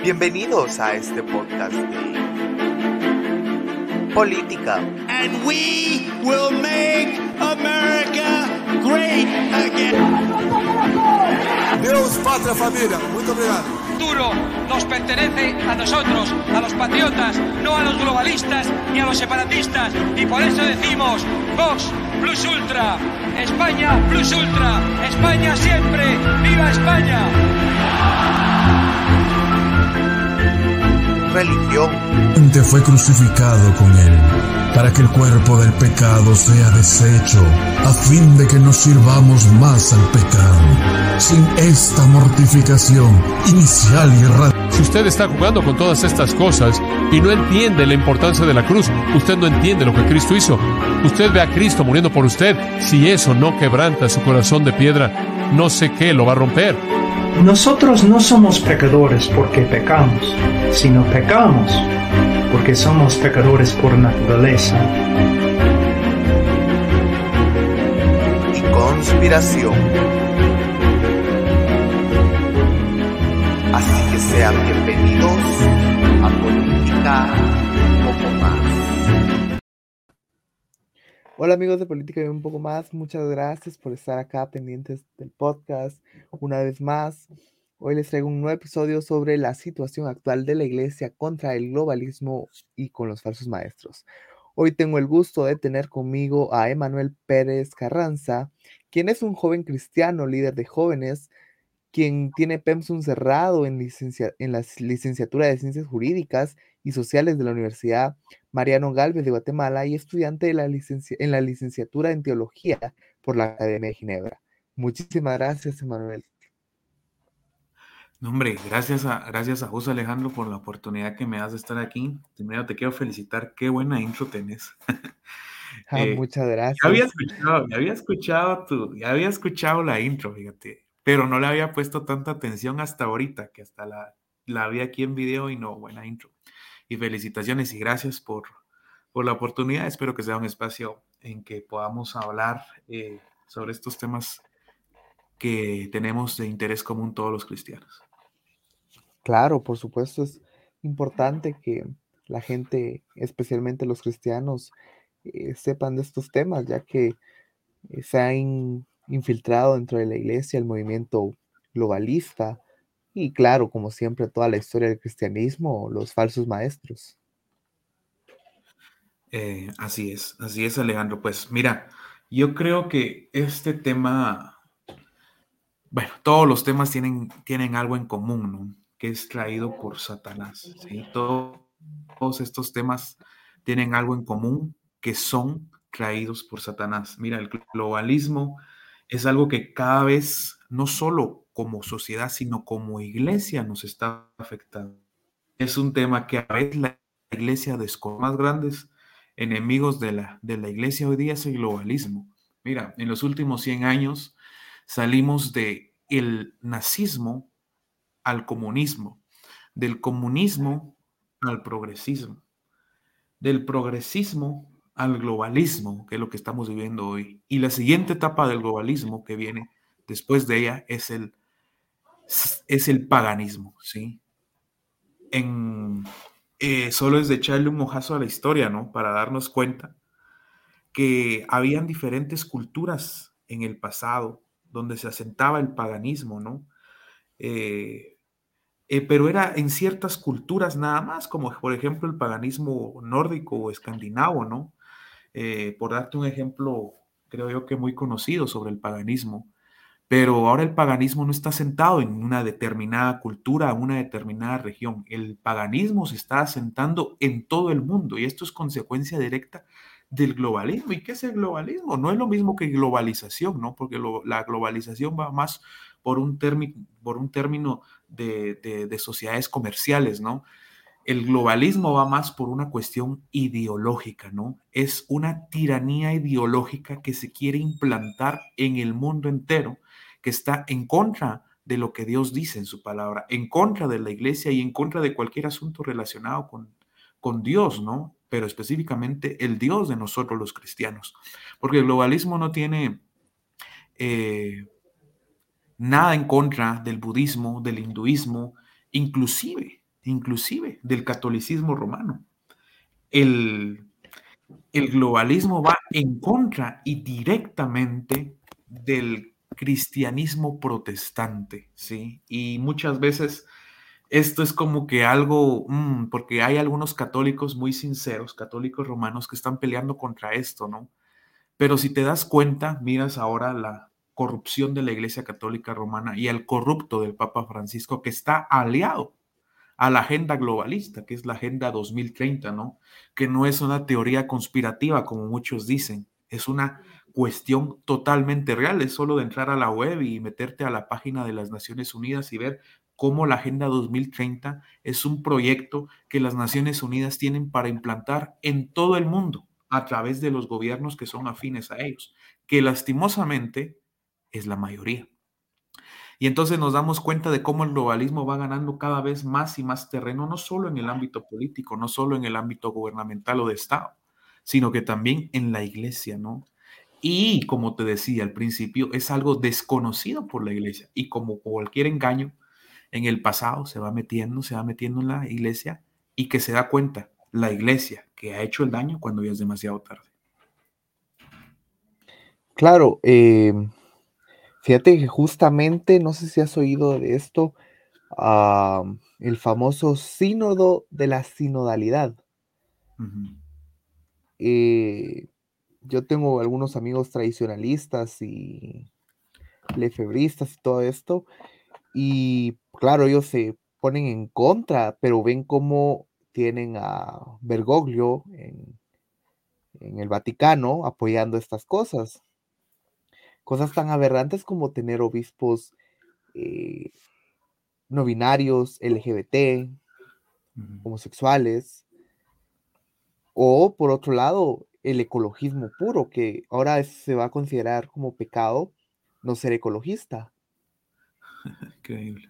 Bienvenidos a este podcast de política. And we will make America great again. Deus, pátria, família. Muito obrigado. El futuro nos pertenece a nosotros, a los patriotas, no a los globalistas ni a los separatistas. Y por eso decimos, Vox plus ultra, España plus ultra, España siempre, ¡viva España! Religión. Fue crucificado con él, para que el cuerpo del pecado sea deshecho, a fin de que no sirvamos más al pecado. Sin esta mortificación inicial y radical. Si usted está jugando con todas estas cosas y no entiende la importancia de la cruz, usted no entiende lo que Cristo hizo. Usted ve a Cristo muriendo por usted. Si eso no quebranta su corazón de piedra, no sé qué lo va a romper. Nosotros no somos pecadores porque pecamos, sino pecamos porque somos pecadores por naturaleza. Y conspiración. Así que sean bienvenidos a Política un poco más. Hola amigos de Política y un poco más, muchas gracias por estar acá pendientes del podcast una vez más. Hoy les traigo un nuevo episodio sobre la situación actual de la Iglesia contra el globalismo y con los falsos maestros. Hoy tengo el gusto de tener conmigo a Emanuel Pérez Carranza, quien es un joven cristiano, líder de jóvenes, quien tiene pensum cerrado en la licenciatura de Ciencias Jurídicas y Sociales de la Universidad Mariano Gálvez de Guatemala y estudiante de en la licenciatura en Teología por la Academia de Ginebra. Muchísimas gracias, Emanuel. No, hombre, gracias a José Alejandro por la oportunidad que me das de estar aquí. Primero te quiero felicitar, qué buena intro tenés. Muchas gracias. Ya había escuchado la intro, fíjate, pero no le había puesto tanta atención hasta ahorita, que hasta la vi aquí en video y no, buena intro. Y felicitaciones y gracias por la oportunidad. Espero que sea un espacio en que podamos hablar sobre estos temas que tenemos de interés común todos los cristianos. Claro, por supuesto, es importante que la gente, especialmente los cristianos, sepan de estos temas, ya que se han infiltrado dentro de la iglesia el movimiento globalista y, claro, como siempre, toda la historia del cristianismo, los falsos maestros. Así es, Alejandro. Pues mira, yo creo que este tema, bueno, todos los temas tienen algo en común, ¿no? Que es traído por Satanás, ¿sí? Todos estos temas tienen algo en común que son traídos por Satanás. Mira, el globalismo es algo que cada vez, no solo como sociedad, sino como iglesia nos está afectando. Es un tema que a veces la iglesia de los más grandes enemigos de la iglesia hoy día es el globalismo. Mira, en los últimos 100 años salimos del nazismo al comunismo, del comunismo al progresismo, del progresismo al globalismo, que es lo que estamos viviendo hoy. Y la siguiente etapa del globalismo que viene después de ella es el paganismo, ¿sí? Solo es de echarle un ojazo a la historia, ¿no? Para darnos cuenta que habían diferentes culturas en el pasado donde se asentaba el paganismo, ¿no? Pero era en ciertas culturas nada más, como por ejemplo el paganismo nórdico o escandinavo, ¿no? Por darte un ejemplo, creo yo que muy conocido sobre el paganismo. Pero ahora el paganismo no está sentado en una determinada cultura, una determinada región. El paganismo se está asentando en todo el mundo y esto es consecuencia directa del globalismo. ¿Y qué es el globalismo? No es lo mismo que globalización, ¿no? Porque la globalización va más por un término de sociedades comerciales, ¿no? El globalismo va más por una cuestión ideológica, ¿no? Es una tiranía ideológica que se quiere implantar en el mundo entero, que está en contra de lo que Dios dice en su palabra, en contra de la iglesia y en contra de cualquier asunto relacionado con Dios, ¿no? Pero específicamente el Dios de nosotros los cristianos. Porque el globalismo no tiene nada en contra del budismo, del hinduismo, inclusive inclusive del catolicismo romano. El globalismo va en contra y directamente del cristianismo protestante, ¿sí? Y muchas veces esto es como que algo, porque hay algunos católicos muy sinceros, católicos romanos, que están peleando contra esto, ¿no? Pero si te das cuenta, miras ahora la corrupción de la Iglesia Católica Romana y el corrupto del Papa Francisco, que está aliado a la agenda globalista, que es la Agenda 2030, ¿no? Que no es una teoría conspirativa, como muchos dicen, es una cuestión totalmente real, es solo de entrar a la web y meterte a la página de las Naciones Unidas y ver cómo la Agenda 2030 es un proyecto que las Naciones Unidas tienen para implantar en todo el mundo a través de los gobiernos que son afines a ellos, que lastimosamente es la mayoría. Y entonces nos damos cuenta de cómo el globalismo va ganando cada vez más y más terreno, no solo en el ámbito político, no solo en el ámbito gubernamental o de Estado, sino que también en la iglesia, ¿no? Y como te decía al principio, es algo desconocido por la iglesia. Y como cualquier engaño, en el pasado se va metiendo en la iglesia y que se da cuenta la iglesia que ha hecho el daño cuando ya es demasiado tarde. Claro, fíjate que justamente, no sé si has oído de esto, el famoso sínodo de la sinodalidad. Yo tengo algunos amigos tradicionalistas y lefebristas y todo esto, y claro, ellos se ponen en contra, pero ven cómo tienen a Bergoglio en el Vaticano apoyando estas cosas. Cosas tan aberrantes como tener obispos no binarios, LGBT, homosexuales, o por otro lado, el ecologismo puro, que ahora se va a considerar como pecado no ser ecologista. Increíble.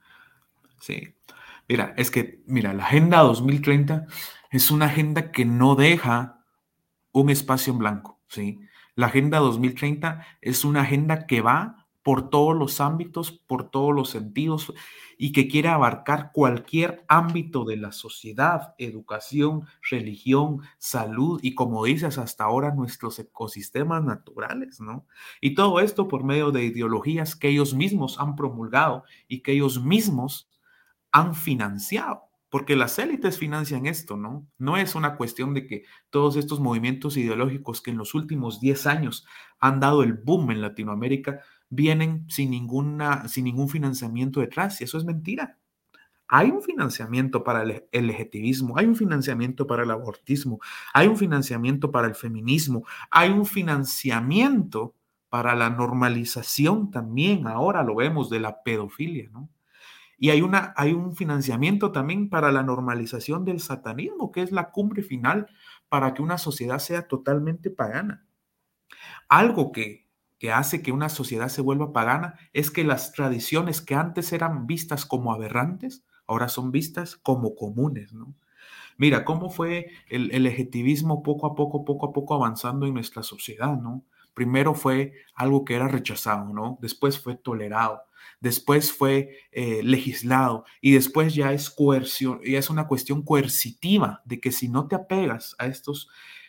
Sí. Mira, la Agenda 2030 es una agenda que no deja un espacio en blanco, ¿sí? La Agenda 2030 es una agenda que va por todos los ámbitos, por todos los sentidos y que quiere abarcar cualquier ámbito de la sociedad, educación, religión, salud y, como dices, hasta ahora nuestros ecosistemas naturales, ¿no? Y todo esto por medio de ideologías que ellos mismos han promulgado y que ellos mismos han financiado, porque las élites financian esto, ¿no? No es una cuestión de que todos estos movimientos ideológicos que en los últimos 10 años han dado el boom en Latinoamérica vienen sin ningún financiamiento detrás, y eso es mentira. Hay un financiamiento para el LGTBismo, hay un financiamiento para el abortismo, hay un financiamiento para el feminismo, hay un financiamiento para la normalización también, ahora lo vemos, de la pedofilia, ¿no? Y hay un financiamiento también para la normalización del satanismo, que es la cumbre final para que una sociedad sea totalmente pagana. Algo que hace que una sociedad se vuelva pagana es que las tradiciones que antes eran vistas como aberrantes, ahora son vistas como comunes, ¿no? Mira cómo fue el LGTBismo poco a poco avanzando en nuestra sociedad, ¿no? Primero fue algo que era rechazado, ¿no? Después fue tolerado, después fue legislado y después ya es coerción, ya es una cuestión coercitiva de que si no te apegas a estos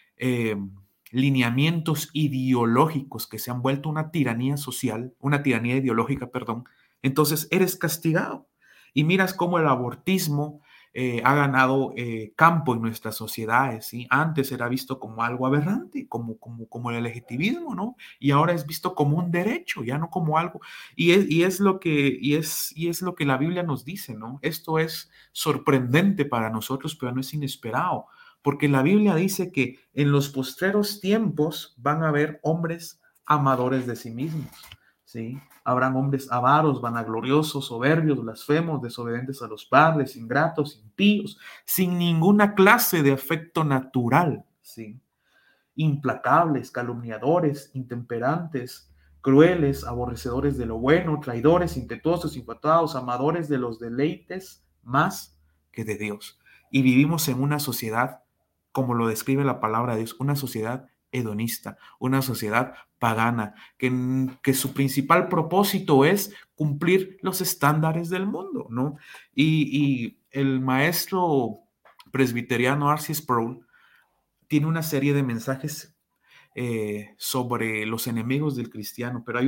lineamientos ideológicos que se han vuelto una tiranía social, una tiranía ideológica, perdón, entonces eres castigado. Y miras cómo el abortismo ha ganado campo en nuestras sociedades, ¿sí? Antes era visto como algo aberrante, como el LGTBismo, ¿no? Y ahora es visto como un derecho, ya no como algo. Y es lo que la Biblia nos dice, ¿no? Esto es sorprendente para nosotros, pero no es inesperado, porque la Biblia dice que en los postreros tiempos van a haber hombres amadores de sí mismos, ¿sí? Habrán hombres avaros, vanagloriosos, soberbios, blasfemos, desobedientes a los padres, ingratos, impíos, sin ninguna clase de afecto natural, ¿sí? Implacables, calumniadores, intemperantes, crueles, aborrecedores de lo bueno, traidores, impetuosos, infatuados, amadores de los deleites más que de Dios. Y vivimos en una sociedad, como lo describe la palabra de Dios, una sociedad hedonista, una sociedad pagana, que su principal propósito es cumplir los estándares del mundo, ¿no? Y el maestro presbiteriano R.C. Sproul tiene una serie de mensajes sobre los enemigos del cristiano, pero hay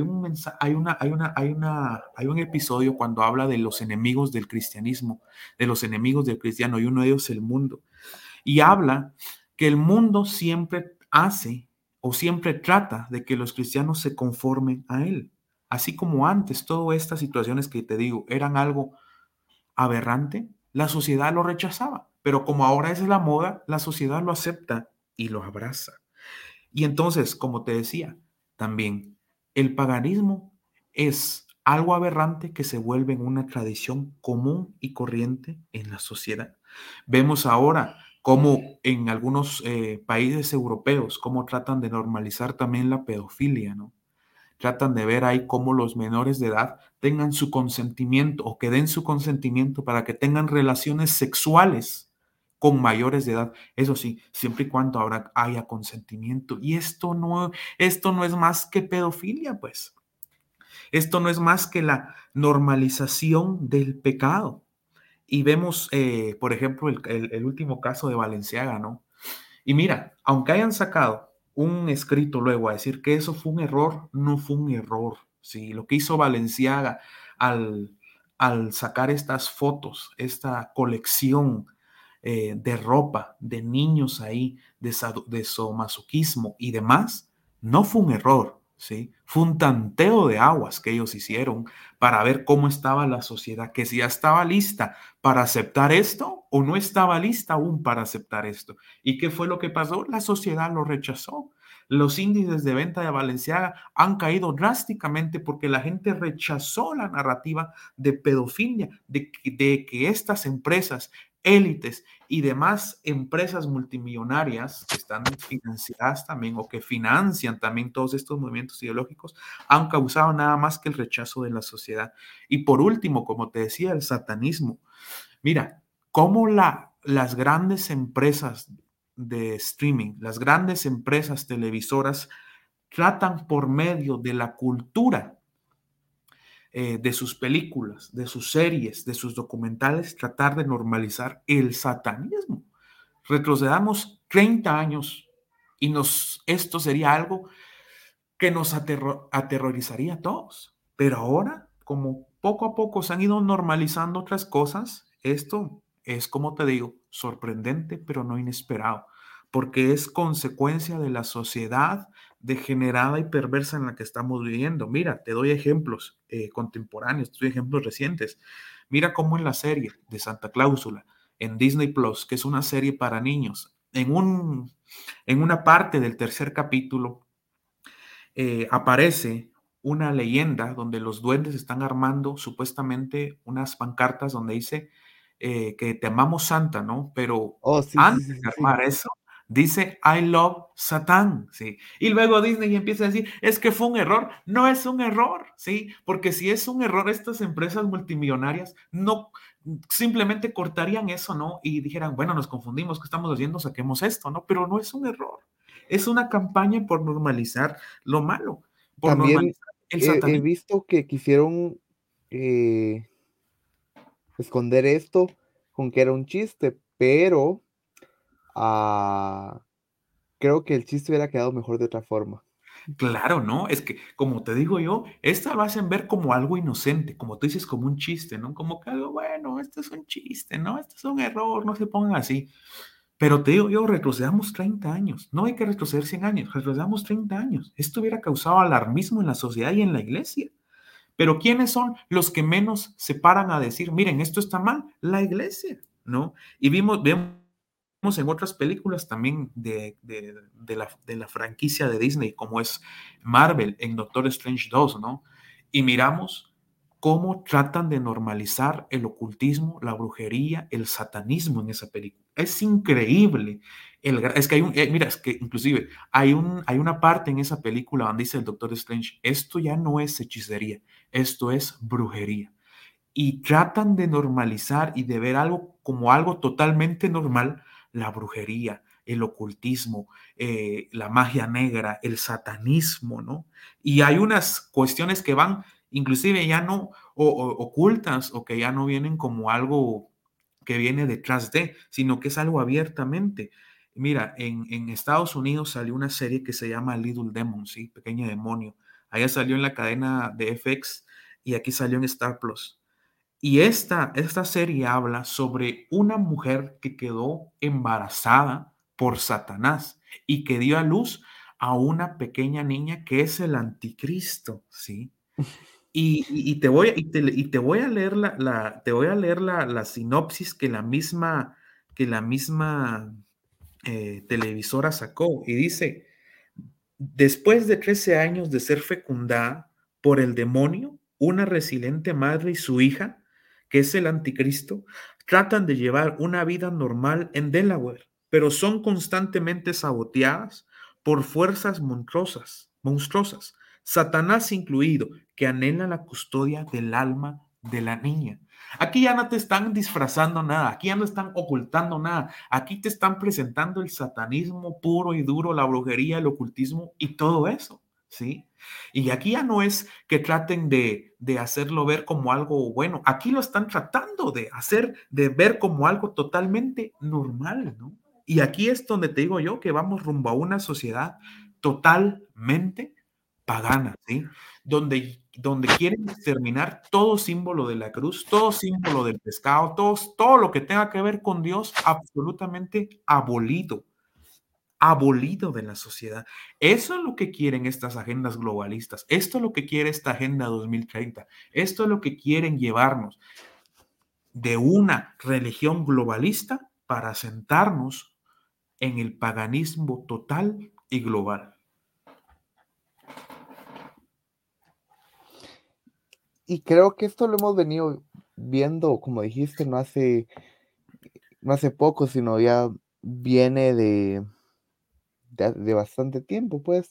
un episodio cuando habla de los enemigos del cristianismo, de los enemigos del cristiano, y uno de ellos es el mundo. Y habla que el mundo siempre hace o siempre trata de que los cristianos se conformen a él. Así como antes, todas estas situaciones que te digo eran algo aberrante, la sociedad lo rechazaba. Pero como ahora es la moda, la sociedad lo acepta y lo abraza. Y entonces, como te decía, también el paganismo es algo aberrante que se vuelve en una tradición común y corriente en la sociedad. Vemos ahora cómo en algunos países europeos, cómo tratan de normalizar también la pedofilia, ¿no? Tratan de ver ahí cómo los menores de edad tengan su consentimiento o que den su consentimiento para que tengan relaciones sexuales con mayores de edad. Eso sí, siempre y cuando ahora haya consentimiento. Y esto no es más que pedofilia, pues. Esto no es más que la normalización del pecado. Y vemos, por ejemplo, el último caso de Balenciaga, ¿no? Y mira, aunque hayan sacado un escrito luego a decir que eso fue un error, no fue un error. Sí, lo que hizo Balenciaga al sacar estas fotos, esta colección de ropa de niños ahí, de sadomasoquismo y demás, no fue un error, ¿sí? Fue un tanteo de aguas que ellos hicieron para ver cómo estaba la sociedad, que si ya estaba lista para aceptar esto o no estaba lista aún para aceptar esto. ¿Y qué fue lo que pasó? La sociedad lo rechazó. Los índices de venta de Balenciaga han caído drásticamente porque la gente rechazó la narrativa de pedofilia, de que estas empresas élites y demás empresas multimillonarias que están financiadas también o que financian también todos estos movimientos ideológicos han causado nada más que el rechazo de la sociedad. Y por último, como te decía, el satanismo. Mira, cómo las grandes empresas de streaming, las grandes empresas televisoras tratan por medio de la cultura de sus películas, de sus series, de sus documentales, tratar de normalizar el satanismo. Retrocedamos 30 años y esto sería algo que nos aterrorizaría a todos. Pero ahora, como poco a poco se han ido normalizando otras cosas, esto es, como te digo, sorprendente, pero no inesperado, porque es consecuencia de la sociedad degenerada y perversa en la que estamos viviendo. Mira, te doy ejemplos contemporáneos, te doy ejemplos recientes. Mira cómo en la serie de Santa Cláusula, en Disney Plus, que es una serie para niños, en una parte del tercer capítulo, aparece una leyenda donde los duendes están armando supuestamente unas pancartas donde dice que te amamos Santa, ¿no? Pero antes de armar eso, dice I love Satan, ¿sí? Y luego Disney empieza a decir, es que fue un error. No es un error, ¿sí? Porque si es un error, estas empresas multimillonarias no simplemente cortarían eso, ¿no? Y dijeran, bueno, nos confundimos, ¿qué estamos haciendo? Saquemos esto, ¿no? Pero no es un error. Es una campaña por normalizar lo malo, por También normalizar el he satanismo. visto que quisieron esconder esto con que era un chiste, pero creo que el chiste hubiera quedado mejor de otra forma. Claro, ¿no? Es que, como te digo yo, esta lo hacen ver como algo inocente, como tú dices, como un chiste, ¿no? Como que algo, bueno, esto es un chiste, ¿no? Esto es un error, no se pongan así. Pero te digo yo, retrocedamos 30 años. No hay que retroceder 100 años, retrocedamos 30 años. Esto hubiera causado alarmismo en la sociedad y en la iglesia. Pero ¿quiénes son los que menos se paran a decir, miren, esto está mal? La iglesia, ¿no? Y vemos en otras películas también de la franquicia de Disney, como es Marvel, en Doctor Strange 2, ¿no? Y miramos cómo tratan de normalizar el ocultismo, la brujería, el satanismo en esa película. Es increíble. Es que mira, es que inclusive hay una parte en esa película donde dice el Doctor Strange, esto ya no es hechicería, esto es brujería. Y tratan de normalizar y de ver algo como algo totalmente normal, la brujería, el ocultismo, la magia negra, el satanismo, ¿no? Y hay unas cuestiones que van inclusive ya no ocultas o que ya no vienen como algo que viene detrás de, sino que es algo abiertamente. Mira, en Estados Unidos salió una serie que se llama Little Demon, ¿sí? Pequeño Demonio. Allá salió en la cadena de FX y aquí salió en Star Plus. Y esta serie habla sobre una mujer que quedó embarazada por Satanás y que dio a luz a una pequeña niña que es el anticristo, ¿sí? Y te voy a leer la sinopsis que la misma televisora sacó y dice: después de 13 años de ser fecundada por el demonio, una resiliente madre y su hija, que es el anticristo, tratan de llevar una vida normal en Delaware, pero son constantemente saboteadas por fuerzas monstruosas, Satanás incluido, que anhela la custodia del alma de la niña. Aquí ya no te están disfrazando nada, aquí ya no están ocultando nada, aquí te están presentando el satanismo puro y duro, la brujería, el ocultismo y todo eso, ¿sí? Y aquí ya no es que traten de hacerlo ver como algo bueno, aquí lo están tratando de hacer, de ver como algo totalmente normal, ¿no? Y aquí es donde te digo yo que vamos rumbo a una sociedad totalmente pagana, ¿sí? Donde quieren exterminar todo símbolo de la cruz, todo símbolo del pescado, todo lo que tenga que ver con Dios, absolutamente abolido de la sociedad. Eso es lo que quieren estas agendas globalistas. Esto es lo que quiere esta Agenda 2030. Esto es lo que quieren llevarnos de una religión globalista para sentarnos en el paganismo total y global. Y creo que esto lo hemos venido viendo, como dijiste, no hace poco, sino ya viene de bastante tiempo, pues.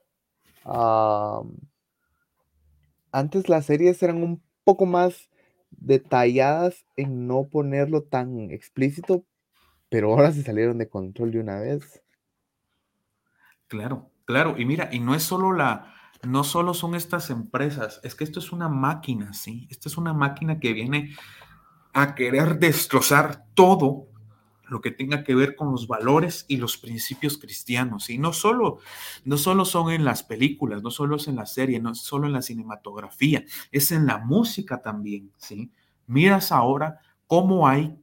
Antes las series eran un poco más detalladas en no ponerlo tan explícito, pero ahora se salieron de control de una vez. Claro, claro. Y mira, y no solo son estas empresas, es que esto es una máquina, ¿sí? Esta es una máquina que viene a querer destrozar todo lo que tenga que ver con los valores y los principios cristianos. Y no solo son en las películas, no solo es en la serie, no solo en la cinematografía, es en la música también, ¿sí? Miras ahora cómo hay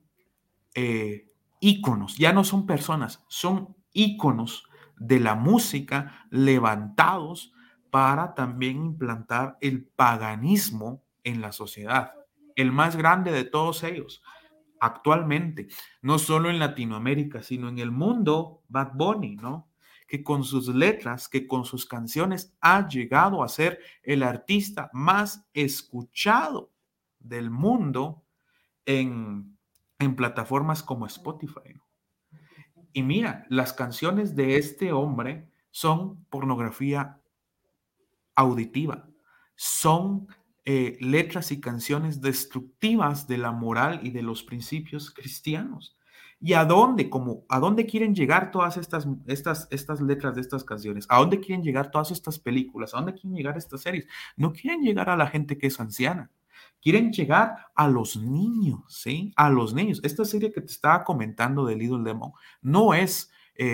íconos, ya no son personas, son íconos de la música levantados para también implantar el paganismo en la sociedad. El más grande de todos ellos, actualmente, no solo en Latinoamérica, sino en el mundo, Bad Bunny, ¿no? Que con sus letras, que con sus canciones ha llegado a ser el artista más escuchado del mundo en plataformas como Spotify, ¿no? Y mira, las canciones de este hombre son pornografía auditiva, son letras y canciones destructivas de la moral y de los principios cristianos. ¿Y a dónde quieren llegar todas estas letras de estas canciones? ¿A dónde quieren llegar todas estas películas? ¿A dónde quieren llegar estas series? No quieren llegar a la gente que es anciana. Quieren llegar a los niños, ¿sí? A los niños. Esta serie que te estaba comentando de Little Demon no es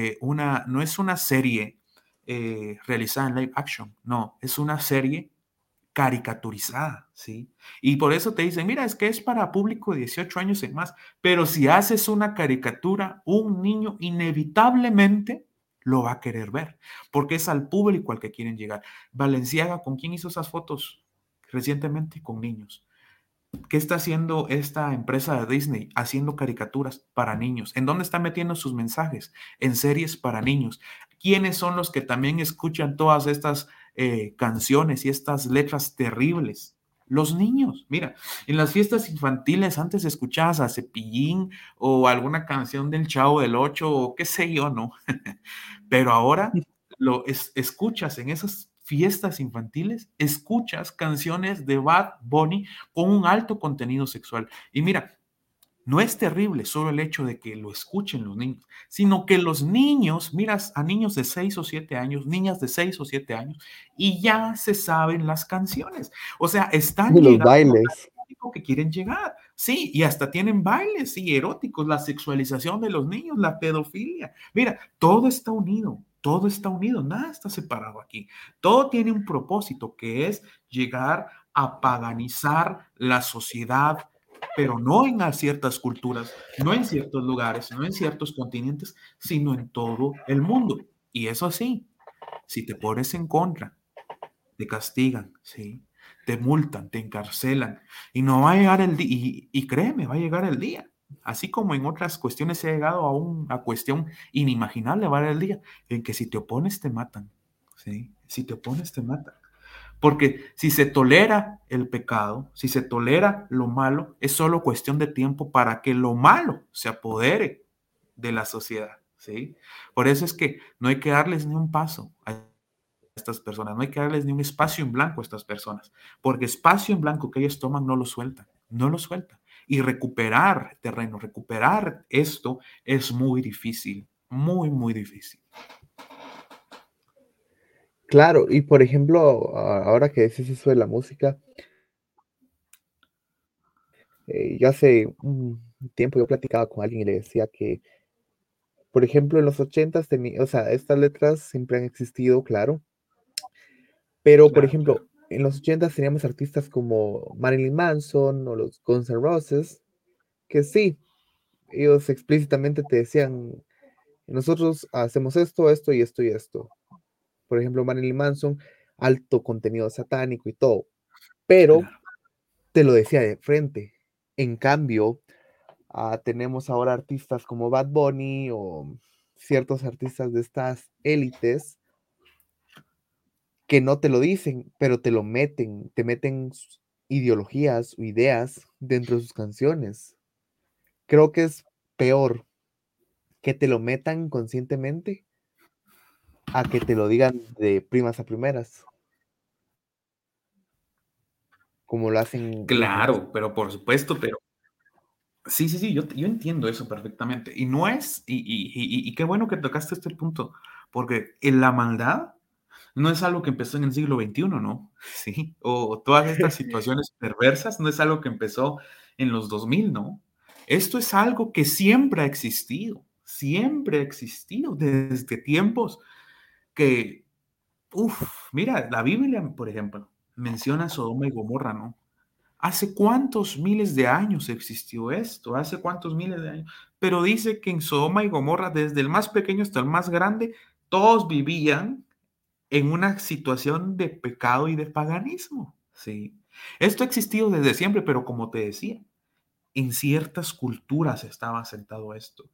una serie realizada en live action, no, es una serie caricaturizada, ¿sí? Y por eso te dicen, mira, es que es para público de 18 años y más, pero si haces una caricatura, un niño inevitablemente lo va a querer ver, porque es al público al que quieren llegar. Balenciaga, ¿con quién hizo esas fotos recientemente? Con niños. ¿Qué está haciendo esta empresa de Disney? Haciendo caricaturas para niños. ¿En dónde está metiendo sus mensajes? En series para niños. ¿Quiénes son los que también escuchan todas estas canciones y estas letras terribles? Los niños. Mira, en las fiestas infantiles antes escuchabas a Cepillín o alguna canción del Chavo del Ocho o qué sé yo, ¿no? Pero ahora escuchas en esas fiestas infantiles, escuchas canciones de Bad Bunny con un alto contenido sexual. Y mira, no es terrible solo el hecho de que lo escuchen los niños, sino que los niños, miras a niños de 6 o 7 años, niñas de 6 o 7 años, y ya se saben las canciones. O sea, están Y los llegando bailes. al público que quieren llegar. Sí, y hasta tienen bailes, sí, eróticos, la sexualización de los niños, la pedofilia. Mira, todo está unido, nada está separado aquí. Todo tiene un propósito que es llegar a paganizar la sociedad, pero no en ciertas culturas, no en ciertos lugares, no en ciertos continentes, sino en todo el mundo. Y eso sí, si te pones en contra, te castigan, ¿sí? Te multan, te encarcelan y no va a llegar el día, y créeme, va a llegar el día. Así como en otras cuestiones se ha llegado a una cuestión inimaginable, va a llegar el día en que si te opones te matan, ¿sí? Si te opones te matan. Porque si se tolera el pecado, si se tolera lo malo, es solo cuestión de tiempo para que lo malo se apodere de la sociedad, ¿sí? Por eso es que no hay que darles ni un paso a estas personas, no hay que darles ni un espacio en blanco a estas personas, porque espacio en blanco que ellos toman no lo sueltan, no lo sueltan. Y recuperar terreno, recuperar esto es muy difícil, muy, muy difícil. Claro, y por ejemplo, ahora que decís eso de la música, yo hace un tiempo yo platicaba con alguien y le decía que, por ejemplo, en los 80s, o sea, estas letras siempre han existido, claro, pero por Claro, claro. ejemplo, en los 80s teníamos artistas como Marilyn Manson o los Guns N' Roses, que sí, ellos explícitamente te decían, nosotros hacemos esto, esto y esto y esto. Por ejemplo, Marilyn Manson, alto contenido satánico y todo, pero Claro. te lo decía de frente. En cambio, tenemos ahora artistas como Bad Bunny o ciertos artistas de estas élites que no te lo dicen, pero te lo meten, te meten ideologías o ideas dentro de sus canciones. Creo que es peor que te lo metan conscientemente a que te lo digan de primas a primeras, como lo hacen los artistas. Claro, pero por supuesto, pero sí, sí, sí, yo entiendo eso perfectamente. Y no es, y qué bueno que tocaste este punto, porque en la maldad no es algo que empezó en el siglo XXI, ¿no? Sí, o todas estas situaciones perversas no es algo que empezó en los 2000, ¿no? Esto es algo que siempre ha existido desde tiempos que, mira, la Biblia, por ejemplo, menciona Sodoma y Gomorra, ¿no? ¿Hace cuántos miles de años existió esto? ¿Hace cuántos miles de años? Pero dice que en Sodoma y Gomorra, desde el más pequeño hasta el más grande, todos vivían en una situación de pecado y de paganismo, ¿sí? Esto ha existido desde siempre, pero como te decía, en ciertas culturas estaba sentado esto.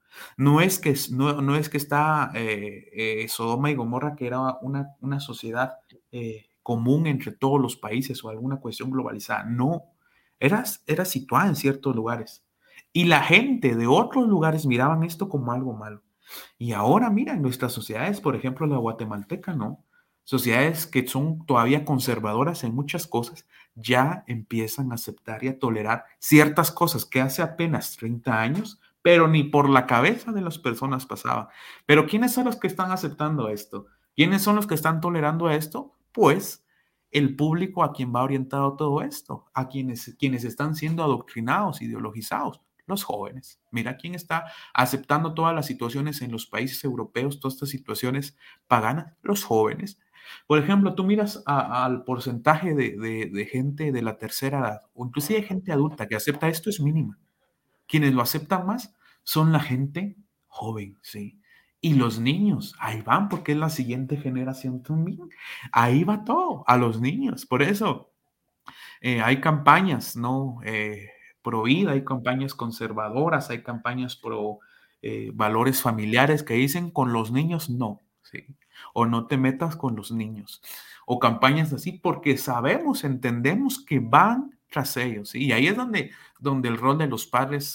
No es que está Sodoma y Gomorra, que era una sociedad común entre todos los países o alguna cuestión globalizada. No, era situada en ciertos lugares. Y la gente de otros lugares miraban esto como algo malo. Y ahora, mira, en nuestras sociedades, por ejemplo, la guatemalteca, ¿no? Sociedades que son todavía conservadoras en muchas cosas, ya empiezan a aceptar y a tolerar ciertas cosas que hace apenas 30 años, pero ni por la cabeza de las personas pasaba. Pero ¿quiénes son los que están aceptando esto? ¿Quiénes son los que están tolerando esto? Pues el público a quien va orientado todo esto, a quienes están siendo adoctrinados, ideologizados, los jóvenes. Mira quién está aceptando todas las situaciones en los países europeos, todas estas situaciones paganas, los jóvenes. Por ejemplo, tú miras al porcentaje de gente de la tercera edad o inclusive gente adulta que acepta esto es mínima. Quienes lo aceptan más son la gente joven, ¿sí? Y los niños, ahí van porque es la siguiente generación también. Ahí va todo, a los niños. Por eso hay campañas, ¿no? Pro vida, hay campañas conservadoras, hay campañas pro valores familiares que dicen con los niños no, ¿sí? O no te metas con los niños. O campañas así porque sabemos, entendemos que van tras ellos, ¿sí? Y ahí es donde el rol de los padres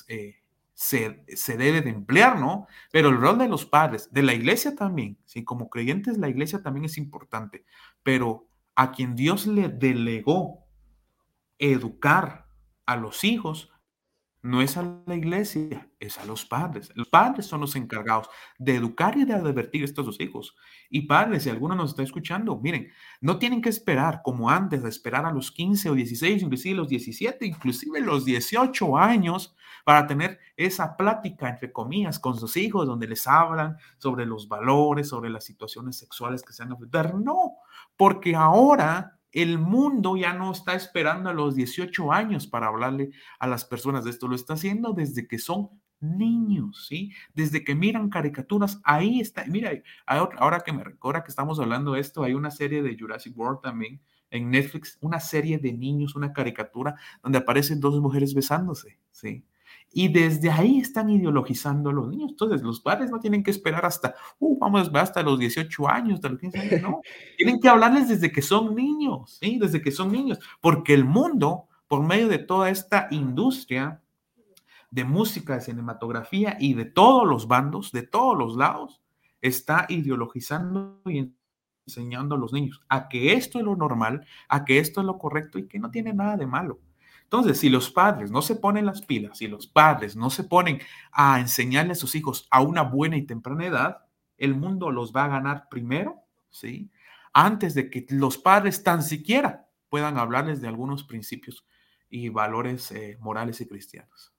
se debe de emplear, ¿no? Pero el rol de los padres, de la iglesia también, ¿sí? Como creyentes, la iglesia también es importante, pero a quien Dios le delegó educar a los hijos, no es a la iglesia, es a los padres. Los padres son los encargados de educar y de advertir esto a sus hijos. Y padres, si alguno nos está escuchando, miren, no tienen que esperar como antes, de esperar a los 15 o 16, inclusive los 17, inclusive los 18 años para tener esa plática, entre comillas, con sus hijos, donde les hablan sobre los valores, sobre las situaciones sexuales que se van a enfrentar. No, porque ahora el mundo ya no está esperando a los 18 años para hablarle a las personas de esto, lo está haciendo desde que son niños, ¿sí? Desde que miran caricaturas, ahí está. Mira, ahora que estamos hablando de esto, hay una serie de Jurassic World también en Netflix, una serie de niños, una caricatura donde aparecen dos mujeres besándose, ¿sí? Y desde ahí están ideologizando a los niños. Entonces, los padres no tienen que esperar hasta los 18 años, hasta los 15 años, no. Tienen que hablarles desde que son niños, ¿sí? Desde que son niños. Porque el mundo, por medio de toda esta industria de música, de cinematografía y de todos los bandos, de todos los lados, está ideologizando y enseñando a los niños a que esto es lo normal, a que esto es lo correcto y que no tiene nada de malo. Entonces, si los padres no se ponen las pilas, si los padres no se ponen a enseñarle a sus hijos a una buena y temprana edad, el mundo los va a ganar primero, ¿sí? Antes de que los padres tan siquiera puedan hablarles de algunos principios y valores morales y cristianos.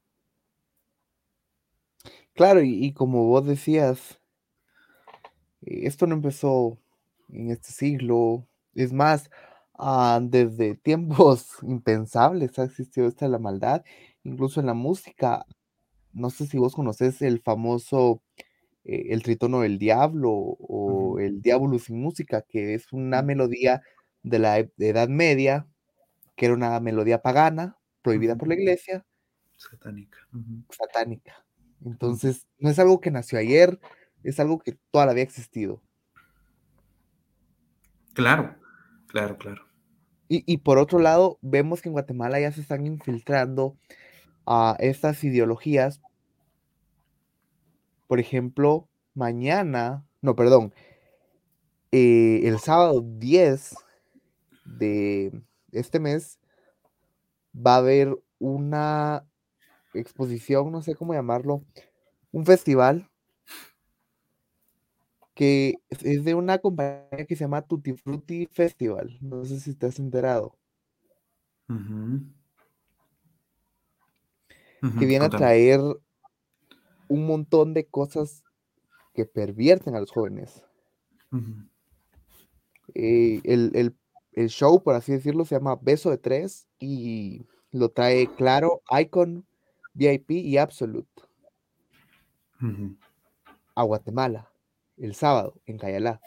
Claro, y como vos decías, esto no empezó en este siglo. Es más, desde tiempos impensables ha existido esta la maldad, incluso en la música. No sé si vos conoces el famoso El Tritono del Diablo o el Diablo sin música, que es una melodía de la Edad Media, que era una melodía pagana, prohibida por la iglesia. Satánica. Satánica. Entonces, no es algo que nació ayer, es algo que toda la vida ha existido. Claro, claro, claro. Y por otro lado, vemos que en Guatemala ya se están infiltrando a estas ideologías. Por ejemplo, el sábado 10 de este mes va a haber una exposición, no sé cómo llamarlo, un festival que es de una compañía que se llama Tutti Frutti Festival. No sé si estás enterado. Que viene a traer un montón de cosas que pervierten a los jóvenes. El show, por así decirlo, se llama Beso de Tres y lo trae Claro, Icon, VIP y Absolute a Guatemala el sábado en Cayalá.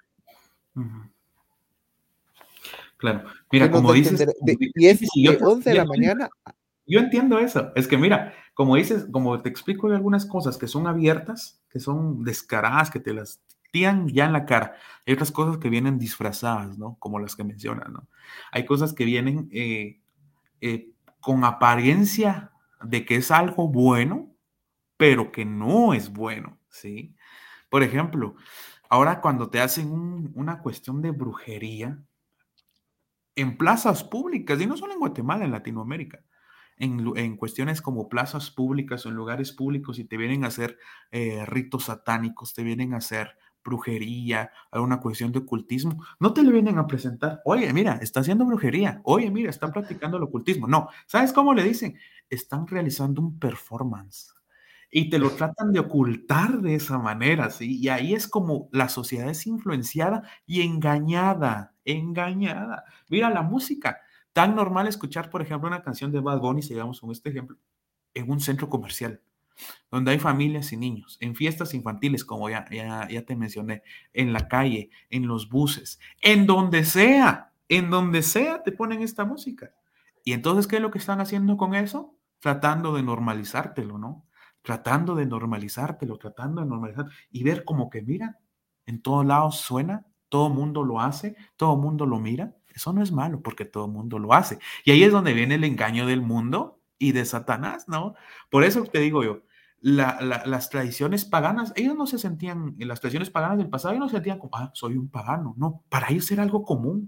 Claro, mira, como dices, y es de 11 de la mañana. Yo entiendo eso. Es que mira, como dices, como te explico, hay algunas cosas que son abiertas, que son descaradas, que te las tiran ya en la cara. Hay otras cosas que vienen disfrazadas, ¿no? Como las que mencionas, ¿no? Hay cosas que vienen con apariencia de que es algo bueno, pero que no es bueno, ¿sí? Por ejemplo, ahora cuando te hacen una cuestión de brujería en plazas públicas, y no solo en Guatemala, en Latinoamérica, en cuestiones como plazas públicas o en lugares públicos, y te vienen a hacer ritos satánicos, te vienen a hacer brujería, alguna cuestión de ocultismo, no te le vienen a presentar, oye, mira, está haciendo brujería, oye, mira, está practicando el ocultismo. No, ¿sabes cómo le dicen? Están realizando un performance. Y te lo tratan de ocultar de esa manera, ¿sí? Y ahí es como la sociedad es influenciada y engañada. Mira la música. Tan normal escuchar, por ejemplo, una canción de Bad Bunny, si digamos con este ejemplo, en un centro comercial, donde hay familias y niños, en fiestas infantiles, como ya te mencioné, en la calle, en los buses, en donde sea te ponen esta música. Y entonces, ¿qué es lo que están haciendo con eso? Tratando de normalizártelo, ¿no? Tratando de normalizar y ver como que, mira, en todos lados suena, todo mundo lo hace, todo mundo lo mira. Eso no es malo porque todo mundo lo hace. Y ahí es donde viene el engaño del mundo y de Satanás, ¿no? Por eso te digo yo, las tradiciones paganas, ellos no se sentían, en las tradiciones paganas del pasado, ellos no se sentían como, soy un pagano. No, para ellos era algo común.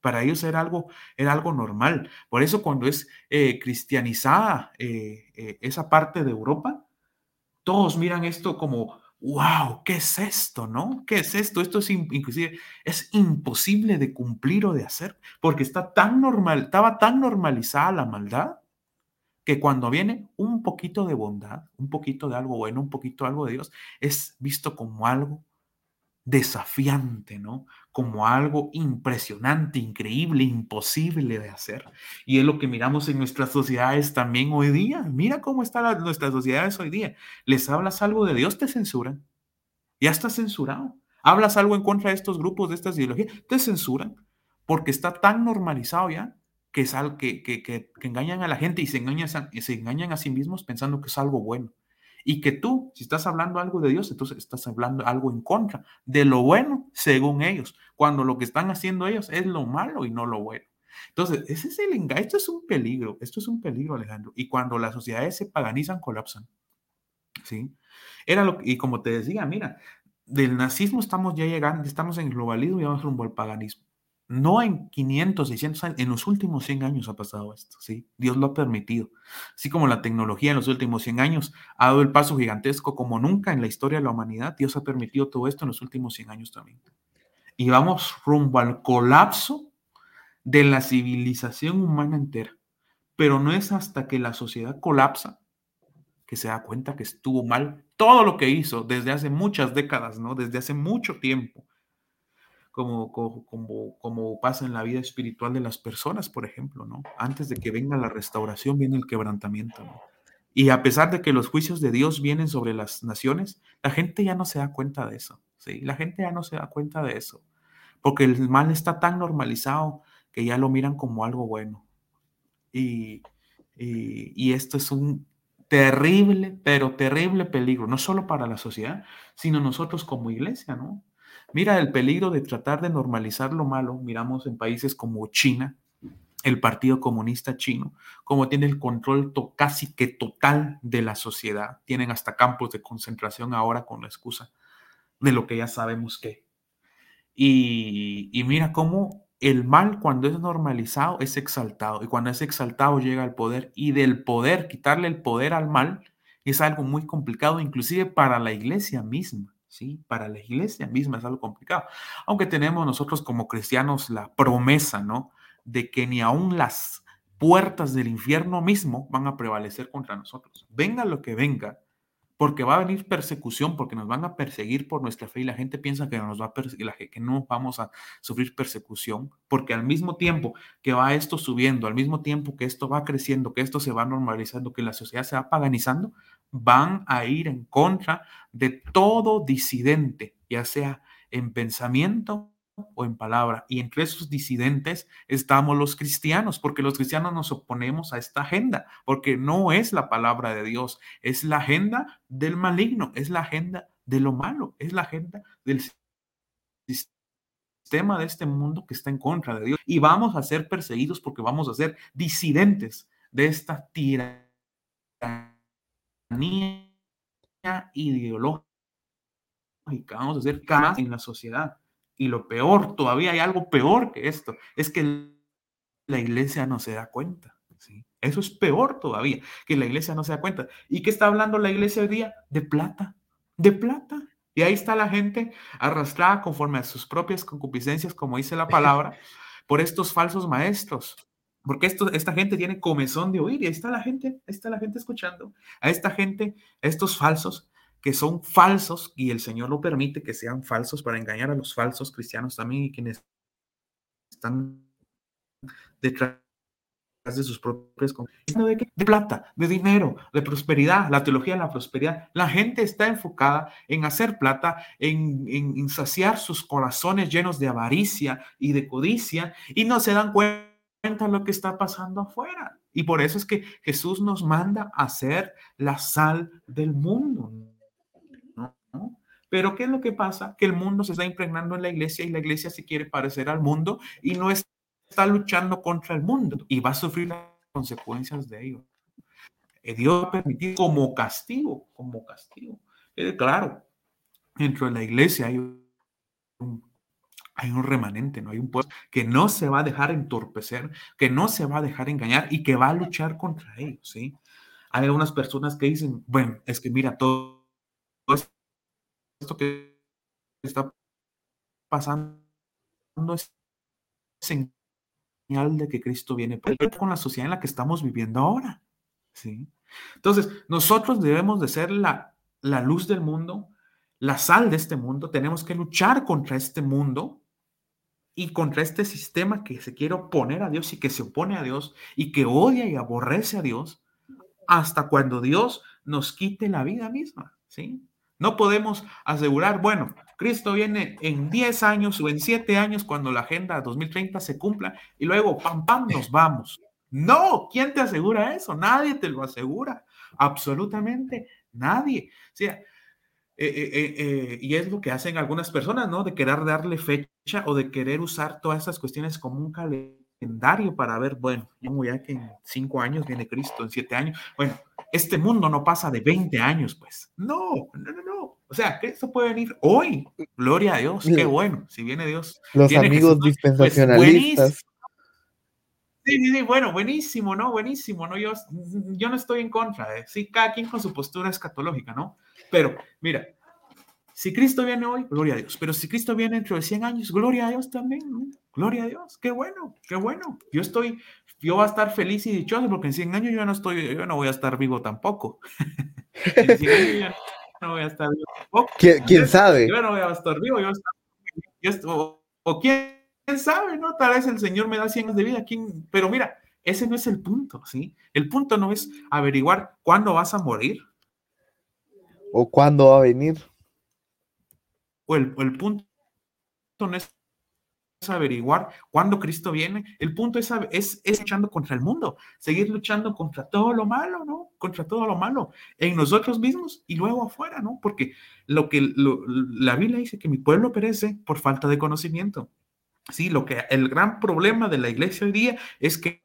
Para ellos era algo normal. Por eso cuando es cristianizada esa parte de Europa, todos miran esto como, wow, ¿qué es esto, no? ¿Qué es esto? Esto es inclusive, es imposible de cumplir o de hacer, porque estaba tan normalizada la maldad, que cuando viene un poquito de bondad, un poquito de algo bueno, un poquito de algo de Dios, es visto como algo desafiante, ¿no? Como algo impresionante, increíble, imposible de hacer. Y es lo que miramos en nuestras sociedades también hoy día. Mira cómo están nuestras sociedades hoy día. Les hablas algo de Dios, te censuran. Ya está censurado. Hablas algo en contra de estos grupos, de estas ideologías, te censuran. Porque está tan normalizado ya que es algo que engañan a la gente y se engañan a sí mismos pensando que es algo bueno. Y que tú, si estás hablando algo de Dios, entonces estás hablando algo en contra de lo bueno, según ellos, cuando lo que están haciendo ellos es lo malo y no lo bueno. Entonces, ese es el engaño. Esto es un peligro, Alejandro. Y cuando las sociedades se paganizan, colapsan. ¿Sí? Y como te decía, mira, del nazismo estamos ya llegando, estamos en el globalismo y vamos rumbo al paganismo. No en 500, 600 años, en los últimos 100 años ha pasado esto, ¿sí? Dios lo ha permitido. Así como la tecnología en los últimos 100 años ha dado el paso gigantesco como nunca en la historia de la humanidad, Dios ha permitido todo esto en los últimos 100 años también. Y vamos rumbo al colapso de la civilización humana entera. Pero no es hasta que la sociedad colapsa que se da cuenta que estuvo mal todo lo que hizo desde hace muchas décadas, ¿no? Desde hace mucho tiempo. Como pasa en la vida espiritual de las personas, por ejemplo, ¿no? Antes de que venga la restauración, viene el quebrantamiento, ¿no? Y a pesar de que los juicios de Dios vienen sobre las naciones, la gente ya no se da cuenta de eso, ¿sí? La gente ya no se da cuenta de eso, porque el mal está tan normalizado que ya lo miran como algo bueno. Y esto es un terrible, pero terrible peligro, no solo para la sociedad, sino nosotros como iglesia, ¿no? Mira el peligro de tratar de normalizar lo malo. Miramos en países como China, el Partido Comunista Chino, como tiene el control casi que total de la sociedad. Tienen hasta campos de concentración ahora con la excusa de lo que ya sabemos que. Y mira cómo el mal, cuando es normalizado, es exaltado. Y cuando es exaltado, llega al poder. Y del poder, quitarle el poder al mal, es algo muy complicado, inclusive para la iglesia misma. ¿Sí? Para la iglesia misma es algo complicado. Aunque tenemos nosotros como cristianos la promesa, ¿no? De que ni aun las puertas del infierno mismo van a prevalecer contra nosotros. Venga lo que venga, porque va a venir persecución, porque nos van a perseguir por nuestra fe y la gente piensa que nos va a perseguir, que no vamos a sufrir persecución, porque al mismo tiempo que va esto subiendo, al mismo tiempo que esto va creciendo, que esto se va normalizando, que la sociedad se va paganizando, van a ir en contra de todo disidente, ya sea en pensamiento o en palabra. Y entre esos disidentes estamos los cristianos, porque los cristianos nos oponemos a esta agenda, porque no es la palabra de Dios, es la agenda del maligno, es la agenda de lo malo, es la agenda del sistema de este mundo que está en contra de Dios. Y vamos a ser perseguidos porque vamos a ser disidentes de esta tiranía ideológica. Vamos a ser caras en la sociedad. Y lo peor, todavía hay algo peor que esto, es que la iglesia no se da cuenta. ¿Sí? Eso es peor todavía, que la iglesia no se da cuenta. ¿Y qué está hablando la iglesia hoy día? De plata, de plata. Y ahí está la gente arrastrada conforme a sus propias concupiscencias, como dice la palabra, por estos falsos maestros. Porque esta gente tiene comezón de oír y ahí está la gente escuchando. A esta gente, a estos falsos, que son falsos, y el Señor lo permite que sean falsos para engañar a los falsos cristianos también y quienes están detrás de sus propios de plata, de dinero, de prosperidad, la teología de la prosperidad. La gente está enfocada en hacer plata, en saciar sus corazones llenos de avaricia y de codicia y no se dan cuenta de lo que está pasando afuera. Y por eso es que Jesús nos manda a ser la sal del mundo, ¿no? Pero ¿qué es lo que pasa? Que el mundo se está impregnando en la iglesia y la iglesia se quiere parecer al mundo y no está luchando contra el mundo y va a sufrir las consecuencias de ello. Dios ha permitido como castigo. Claro, dentro de la iglesia hay hay un remanente, ¿no? Hay un pueblo que no se va a dejar entorpecer, que no se va a dejar engañar y que va a luchar contra ellos, ¿sí? Hay algunas personas que dicen, bueno, es que mira, todo esto que está pasando es señal de que Cristo viene con la sociedad en la que estamos viviendo ahora, ¿sí? Entonces, nosotros debemos de ser la luz del mundo, la sal de este mundo. Tenemos que luchar contra este mundo y contra este sistema que se quiere oponer a Dios y que se opone a Dios y que odia y aborrece a Dios hasta cuando Dios nos quite la vida misma, ¿sí? No podemos asegurar, bueno, Cristo viene en 10 años o en 7 años cuando la Agenda 2030 se cumpla y luego, pam, pam, nos vamos. No, ¿quién te asegura eso? Nadie te lo asegura, absolutamente nadie. O sea, y es lo que hacen algunas personas, ¿no? De querer darle fecha o de querer usar todas esas cuestiones como un calendario para ver, bueno, ya que en 5 años viene Cristo, en 7 años, bueno, este mundo no pasa de 20 años, pues. No. O sea, Cristo puede venir hoy. Gloria a Dios, qué bueno. Si viene Dios, Los viene amigos Jesús, pues dispensacionalistas. buenísimo. Sí, bueno, buenísimo, ¿no? Buenísimo, ¿no? Yo no estoy en contra, sí, cada quien con su postura escatológica, ¿no? Pero, mira, si Cristo viene hoy, gloria a Dios. Pero si Cristo viene dentro de 100 años, gloria a Dios también, ¿no? Gloria a Dios, qué bueno, qué bueno. Yo voy a estar feliz y dichoso porque en 100 años yo no voy a estar vivo tampoco. En 100 años yo no voy a estar vivo tampoco. ¿Quién sabe? Yo no voy a estar vivo, o quién sabe, ¿no? Tal vez el Señor me da 100 años de vida, pero mira, ese no es el punto, ¿sí? El punto no es averiguar cuándo vas a morir. ¿O cuándo va a venir? O el punto no es averiguar cuándo Cristo viene. El punto es luchando contra el mundo, seguir luchando contra todo lo malo, ¿no? Contra todo lo malo en nosotros mismos y luego afuera, ¿no? Porque la Biblia dice que mi pueblo perece por falta de conocimiento. Sí, el gran problema de la iglesia hoy día es que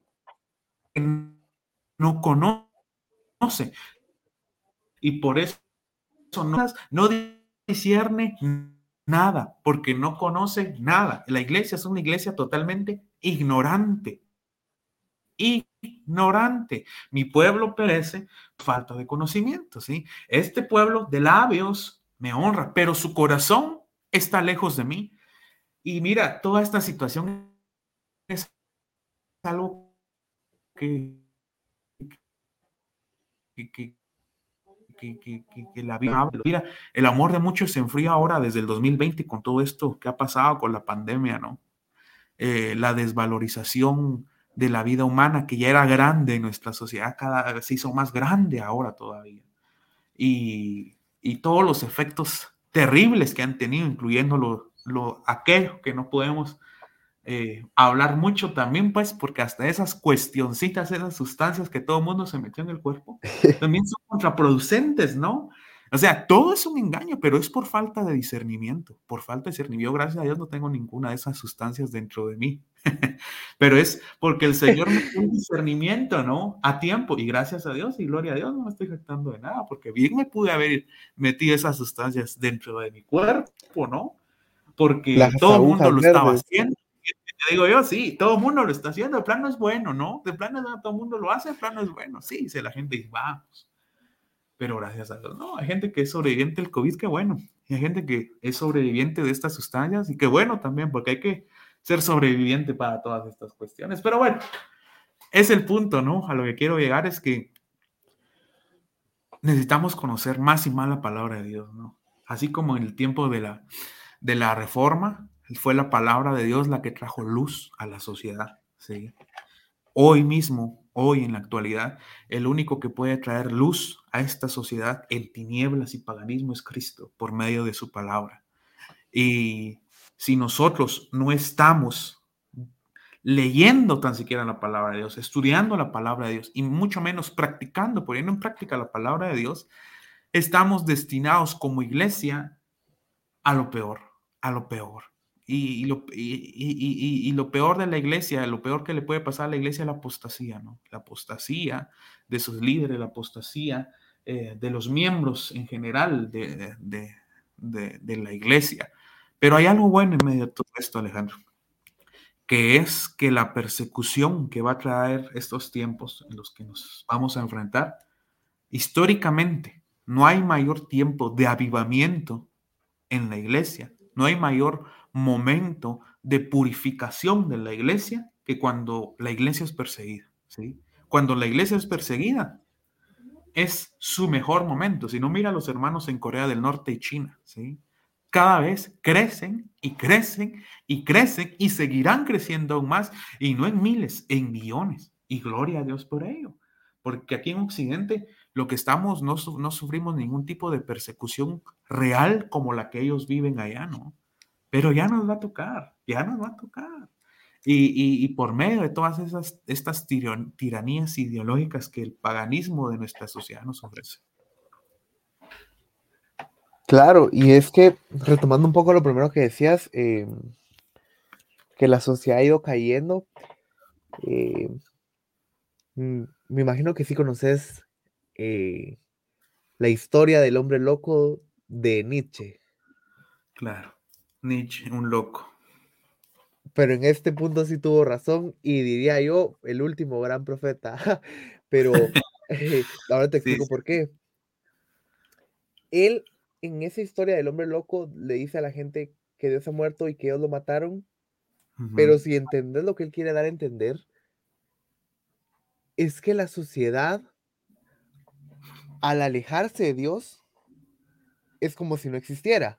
no conoce y por eso no discierne nada, porque no conoce nada. La iglesia es una iglesia totalmente ignorante. Ignorante. Mi pueblo perece por falta de conocimiento, ¿sí? Este pueblo de labios me honra, pero su corazón está lejos de mí. Y mira, toda esta situación es algo que la Biblia habla. Mira, el amor de muchos se enfría ahora desde el 2020 con todo esto que ha pasado con la pandemia, ¿no? La desvalorización de la vida humana que ya era grande en nuestra sociedad, cada vez se hizo más grande ahora todavía. Y todos los efectos terribles que han tenido, incluyendo aquello que no podemos hablar mucho también, pues, porque hasta esas cuestioncitas, esas sustancias que todo el mundo se metió en el cuerpo, también son contraproducentes, ¿no? O sea, todo es un engaño, pero es por falta de discernimiento, por falta de discernimiento. Yo, gracias a Dios, no tengo ninguna de esas sustancias dentro de mí, pero es porque el Señor me dio un discernimiento, ¿no? A tiempo, y gracias a Dios, y gloria a Dios, no me estoy jactando de nada, porque bien me pude haber metido esas sustancias dentro de mi cuerpo, ¿no? Porque todo el mundo lo estaba haciendo. Te digo yo, sí, todo el mundo lo está haciendo, el plan no es bueno, ¿no? De plano todo el mundo lo hace, el plan no es bueno, sí, dice la gente, vamos. Pero gracias a Dios, no, hay gente que es sobreviviente del COVID, qué bueno. Y hay gente que es sobreviviente de estas sustancias y qué bueno también, porque hay que ser sobreviviente para todas estas cuestiones. Pero bueno, es el punto, ¿no? A lo que quiero llegar es que necesitamos conocer más y más la palabra de Dios, ¿no? Así como en el tiempo de la Reforma, fue la palabra de Dios la que trajo luz a la sociedad, ¿sí? Hoy mismo, hoy en la actualidad, el único que puede traer luz a esta sociedad en tinieblas y paganismo es Cristo, por medio de su palabra. Y si nosotros no estamos leyendo tan siquiera la palabra de Dios, estudiando la palabra de Dios y mucho menos practicando, poniendo en práctica la palabra de Dios, estamos destinados como iglesia a lo peor, a lo peor. Y lo peor de la iglesia, lo peor que le puede pasar a la iglesia es la apostasía, ¿no? La apostasía de sus líderes, la apostasía de los miembros en general de la iglesia. Pero hay algo bueno en medio de todo esto, Alejandro, que es que la persecución que va a traer estos tiempos en los que nos vamos a enfrentar, históricamente, no hay mayor tiempo de avivamiento en la iglesia, no hay mayor momento de purificación de la iglesia que cuando la iglesia es perseguida, ¿sí? Cuando la iglesia es perseguida, es su mejor momento. Si no, mira a los hermanos en Corea del Norte y China, ¿sí? Cada vez crecen y crecen y crecen y seguirán creciendo aún más, y no en miles, en millones. Y gloria a Dios por ello. Porque aquí en Occidente lo que estamos, no sufrimos ningún tipo de persecución real como la que ellos viven allá, ¿no? Pero ya nos va a tocar, ya nos va a tocar. Y por medio de todas estas tiranías ideológicas que el paganismo de nuestra sociedad nos ofrece. Claro, y es que, retomando un poco lo primero que decías, que la sociedad ha ido cayendo, me imagino que sí conoces la historia del hombre loco de Nietzsche. Claro, Nietzsche, un loco. Pero en este punto sí tuvo razón y diría yo el último gran profeta. Pero ahora te explico por qué. Él, en esa historia del hombre loco, le dice a la gente que Dios ha muerto y que ellos lo mataron. Pero si entendés lo que él quiere dar a entender, es que la sociedad, al alejarse de Dios, es como si no existiera.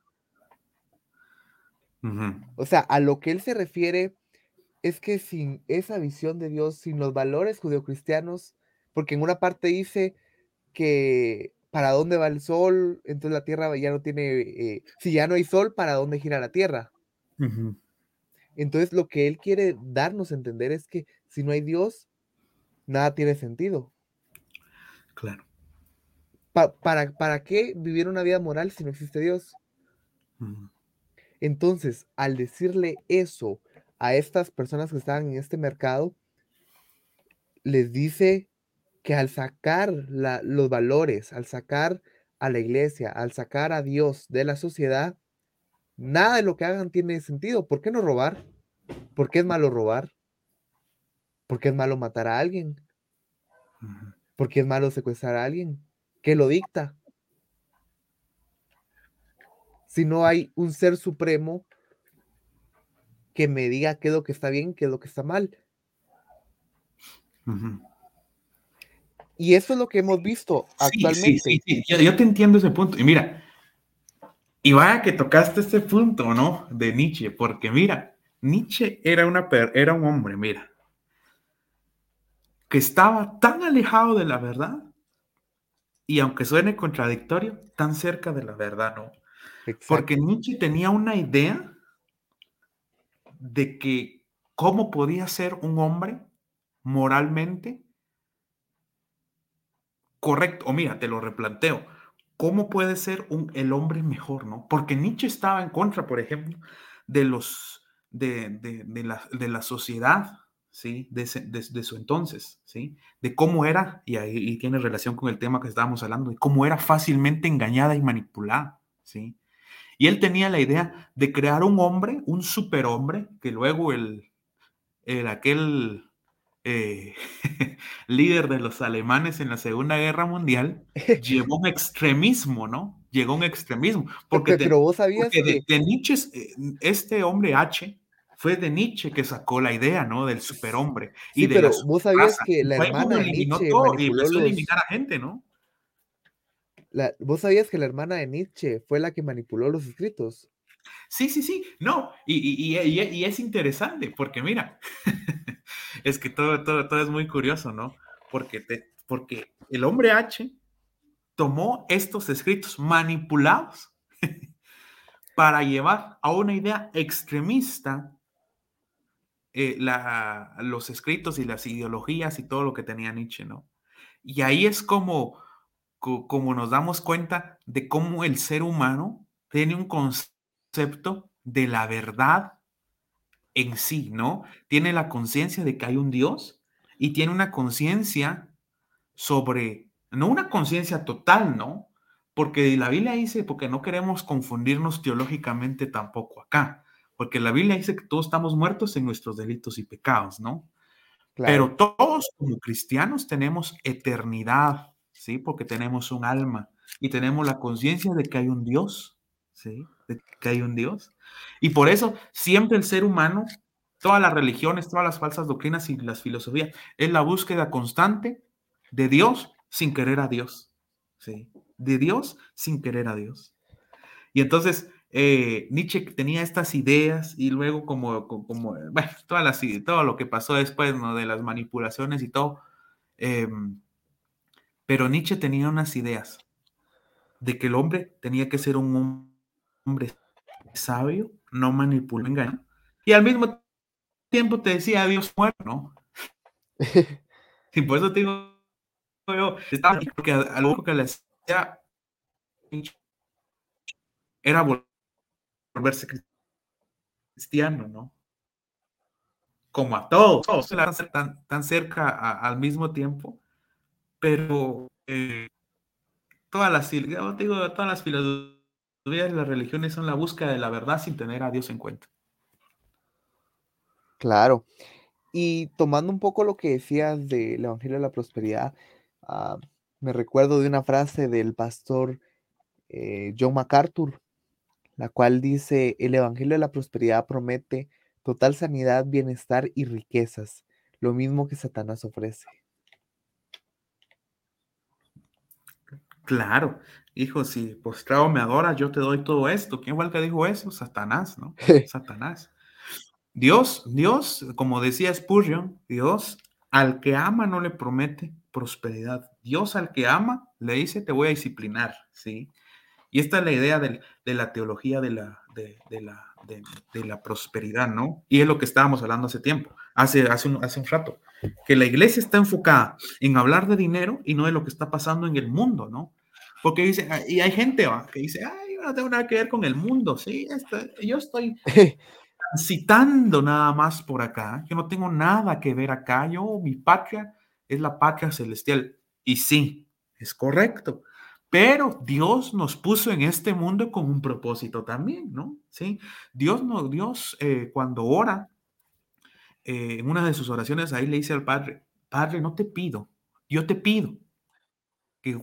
O sea, a lo que él se refiere es que sin esa visión de Dios, sin los valores judeocristianos, porque en una parte dice que para dónde va el sol, entonces la tierra ya no tiene, si ya no hay sol, ¿para dónde gira la tierra? Entonces lo que él quiere darnos a entender es que si no hay Dios, nada tiene sentido. Claro. ¿Para qué vivir una vida moral si no existe Dios? Entonces, al decirle eso a estas personas que estaban en este mercado, les dice que al sacar los valores, al sacar a la iglesia, al sacar a Dios de la sociedad, nada de lo que hagan tiene sentido. ¿Por qué no robar? ¿Por qué es malo robar? ¿Por qué es malo matar a alguien? ¿Por qué es malo secuestrar a alguien? ¿Qué lo dicta? Si no hay un ser supremo que me diga qué es lo que está bien, qué es lo que está mal. Y eso es lo que hemos visto actualmente. Sí. Yo te entiendo ese punto. Y mira, y vaya que tocaste este punto, ¿no? De Nietzsche, porque mira, Nietzsche era un hombre, mira, que estaba tan alejado de la verdad, y aunque suene contradictorio, tan cerca de la verdad, ¿no? Exacto. Porque Nietzsche tenía una idea de que cómo podía ser un hombre moralmente correcto. O mira, te lo replanteo. ¿Cómo puede ser el hombre mejor, no? Porque Nietzsche estaba en contra, por ejemplo, de la sociedad, ¿sí? De su entonces, ¿sí? De cómo era, y ahí tiene relación con el tema que estábamos hablando, de cómo era fácilmente engañada y manipulada, ¿sí? Y él tenía la idea de crear un hombre, un superhombre, que luego aquel líder de los alemanes en la Segunda Guerra Mundial llevó un extremismo, ¿no? Llegó a un extremismo. Pero vos sabías que de Nietzsche, este hombre H, fue de Nietzsche que sacó la idea, ¿no? Del superhombre. Sí, y de pero vos sabías que la fue hermana como de eliminó Nietzsche todo y manipuló empezó a eliminar a gente, ¿no? Vos sabías que la hermana de Nietzsche fue la que manipuló los escritos. Sí. No, y es interesante porque mira, es que todo es muy curioso, ¿no? Porque el hombre H tomó estos escritos manipulados para llevar a una idea extremista los escritos y las ideologías y todo lo que tenía Nietzsche, ¿no? Y ahí es como nos damos cuenta de cómo el ser humano tiene un concepto de la verdad en sí, ¿no? Tiene la conciencia de que hay un Dios y tiene una conciencia sobre, no una conciencia total, ¿no? porque la Biblia dice, porque no queremos confundirnos teológicamente tampoco acá, porque la Biblia dice que todos estamos muertos en nuestros delitos y pecados, ¿no? Claro. Pero todos como cristianos tenemos eternidad, ¿sí? Porque tenemos un alma y tenemos la conciencia de que hay un Dios, ¿sí? De que hay un Dios. Y por eso siempre el ser humano, todas las religiones, todas las falsas doctrinas y las filosofías, es la búsqueda constante de Dios sin querer a Dios, ¿sí? De Dios sin querer a Dios. Y entonces Nietzsche tenía estas ideas y luego bueno, todo lo que pasó después, ¿no? De las manipulaciones y todo. Pero Nietzsche tenía unas ideas de que el hombre tenía que ser un hombre sabio, no manipular, engañar. Y al mismo tiempo te decía Dios muerto, ¿no? Y por eso te digo, yo, porque a lo único que le hacía era volverse cristiano, ¿no? Como a todos se la van a hacer tan cerca al mismo tiempo, pero todas las filosofías y las religiones son la búsqueda de la verdad sin tener a Dios en cuenta. Claro. Y tomando un poco lo que decías del Evangelio de la Prosperidad, me recuerdo de una frase del pastor John MacArthur, la cual dice: el Evangelio de la Prosperidad promete total sanidad, bienestar y riquezas, lo mismo que Satanás ofrece. Claro, hijo, si postrado me adoras, yo te doy todo esto. ¿Quién fue el que dijo eso? Satanás, ¿no? Satanás. Dios, como decía Spurgeon, Dios al que ama no le promete prosperidad. Dios al que ama le dice, te voy a disciplinar, ¿sí? Y esta es la idea de la teología de la prosperidad, ¿no? Y es lo que estábamos hablando hace tiempo, hace un rato, que la iglesia está enfocada en hablar de dinero y no de lo que está pasando en el mundo, ¿no? Porque dice, y hay gente que dice, ay, yo no tengo nada que ver con el mundo, ¿sí? Yo estoy citando nada más por acá, yo no tengo nada que ver acá, mi patria es la patria celestial. Y sí, es correcto. Pero Dios nos puso en este mundo con un propósito también, ¿no? ¿Sí? Dios cuando ora, en una de sus oraciones, ahí le dice al Padre, Padre, no te pido, yo te pido que,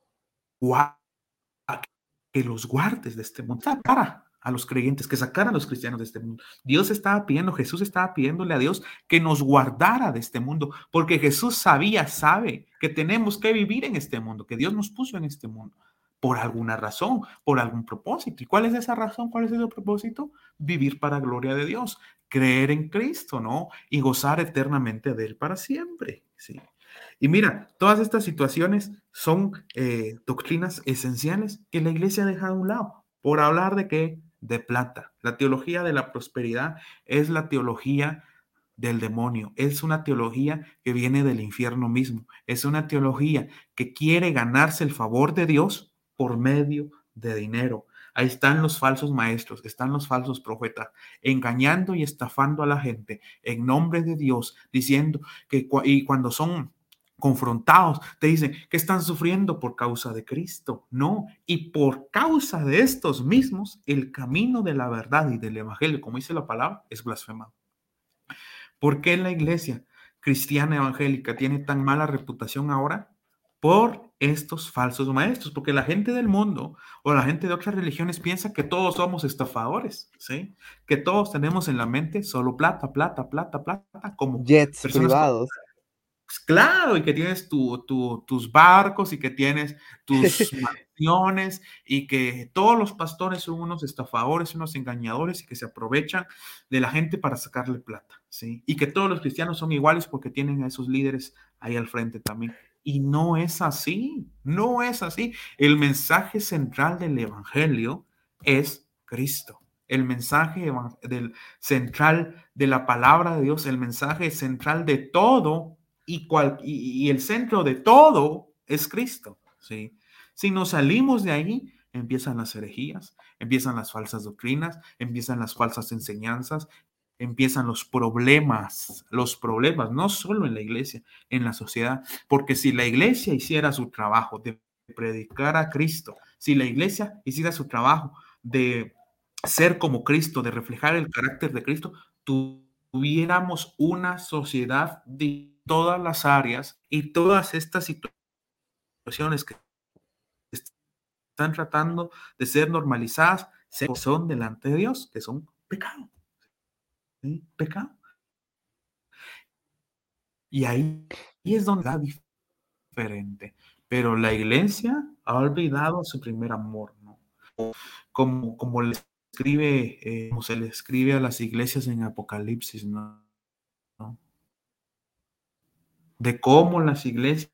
que los guardes de este mundo. Para a los creyentes, que sacaran a los cristianos de este mundo. Jesús estaba pidiéndole a Dios que nos guardara de este mundo, porque Jesús sabe que tenemos que vivir en este mundo, que Dios nos puso en este mundo, por alguna razón, por algún propósito. ¿Y cuál es esa razón? ¿Cuál es ese propósito? Vivir para gloria de Dios, creer en Cristo, ¿no? Y gozar eternamente de Él para siempre, ¿sí? Y mira, todas estas situaciones son doctrinas esenciales que la iglesia ha dejado a un lado. ¿Por hablar de qué? De plata. La teología de la prosperidad es la teología del demonio. Es una teología que viene del infierno mismo. Es una teología que quiere ganarse el favor de Dios por medio de dinero. Ahí están los falsos maestros, están los falsos profetas, engañando y estafando a la gente en nombre de Dios, diciendo que y cuando son confrontados, te dicen que están sufriendo por causa de Cristo. No, y por causa de estos mismos, el camino de la verdad y del evangelio, como dice la palabra, es blasfemado. ¿Por qué la iglesia cristiana evangélica tiene tan mala reputación ahora? Por estos falsos maestros, porque la gente del mundo o la gente de otras religiones piensa que todos somos estafadores, ¿sí? Que todos tenemos en la mente solo plata, plata, plata, plata, como jets personas privados. Claro, y que tienes tus barcos y que tienes tus mansiones y que todos los pastores son unos estafadores, unos engañadores y que se aprovechan de la gente para sacarle plata, ¿sí? Y que todos los cristianos son iguales porque tienen a esos líderes ahí al frente también. Y no es así, no es así. El mensaje central del evangelio es Cristo. El mensaje central de la palabra de Dios, el mensaje central de todo y el centro de todo es Cristo, ¿sí? Si nos salimos de ahí, empiezan las herejías, empiezan las falsas doctrinas, empiezan las falsas enseñanzas, empiezan los problemas, no solo en la iglesia, en la sociedad, porque si la iglesia hiciera su trabajo de predicar a Cristo, Si la iglesia hiciera su trabajo de ser como Cristo, de reflejar el carácter de Cristo, tuviéramos una sociedad de todas las áreas y todas estas situaciones que están tratando de ser normalizadas son delante de Dios, que son pecado. ¿Sí? Pecado. Y ahí es donde es diferente. Pero la iglesia ha olvidado su primer amor, ¿no? Como le escribe, como se le escribe a las iglesias en Apocalipsis, ¿no? De cómo las iglesias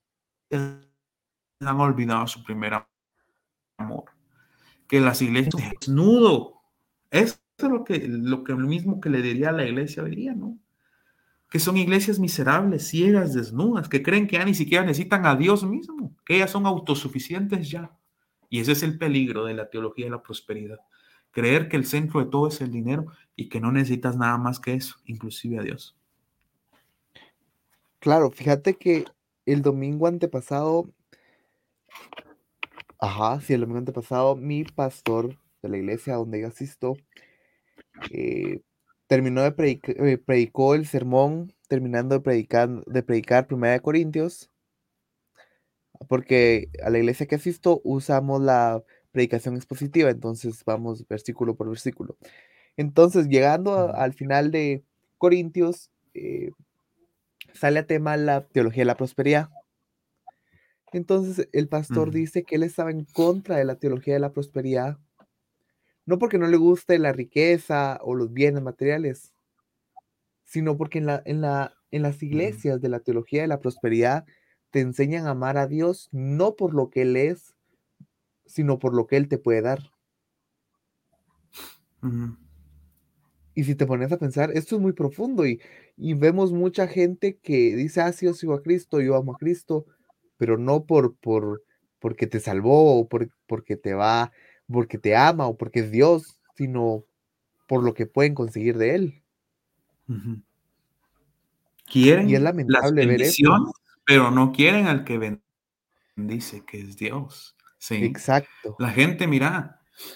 han olvidado su primer amor. Que las iglesias desnudo. Eso es lo mismo que le diría a la iglesia hoy día, ¿no? Que son iglesias miserables, ciegas, desnudas, que creen que ya ni siquiera necesitan a Dios mismo, que ellas son autosuficientes ya. Y ese es el peligro de la teología de la prosperidad. Creer que el centro de todo es el dinero y que no necesitas nada más que eso, inclusive a Dios. Claro, fíjate que el domingo antepasado, el domingo antepasado, mi pastor de la iglesia donde yo asisto, terminó de predicó el sermón, terminando de predicar 1 Corintios, porque a la iglesia que asisto usamos la predicación expositiva, entonces vamos versículo por versículo. Entonces, llegando al final de Corintios, sale a tema la teología de la prosperidad. Entonces, el pastor dice que él estaba en contra de la teología de la prosperidad, no porque no le guste la riqueza o los bienes materiales, sino porque en las iglesias de la teología de la prosperidad te enseñan a amar a Dios no por lo que Él es, sino por lo que Él te puede dar. Y si te pones a pensar, esto es muy profundo y vemos mucha gente que dice, sí, yo sigo a Cristo, yo amo a Cristo, pero no porque te salvó o porque te ama o porque es Dios, sino por lo que pueden conseguir de Él. Quieren y es las lamentable ver esto. bendiciones, pero no quieren al que bendice, que es Dios. ¿Sí? Exacto. La gente, mira,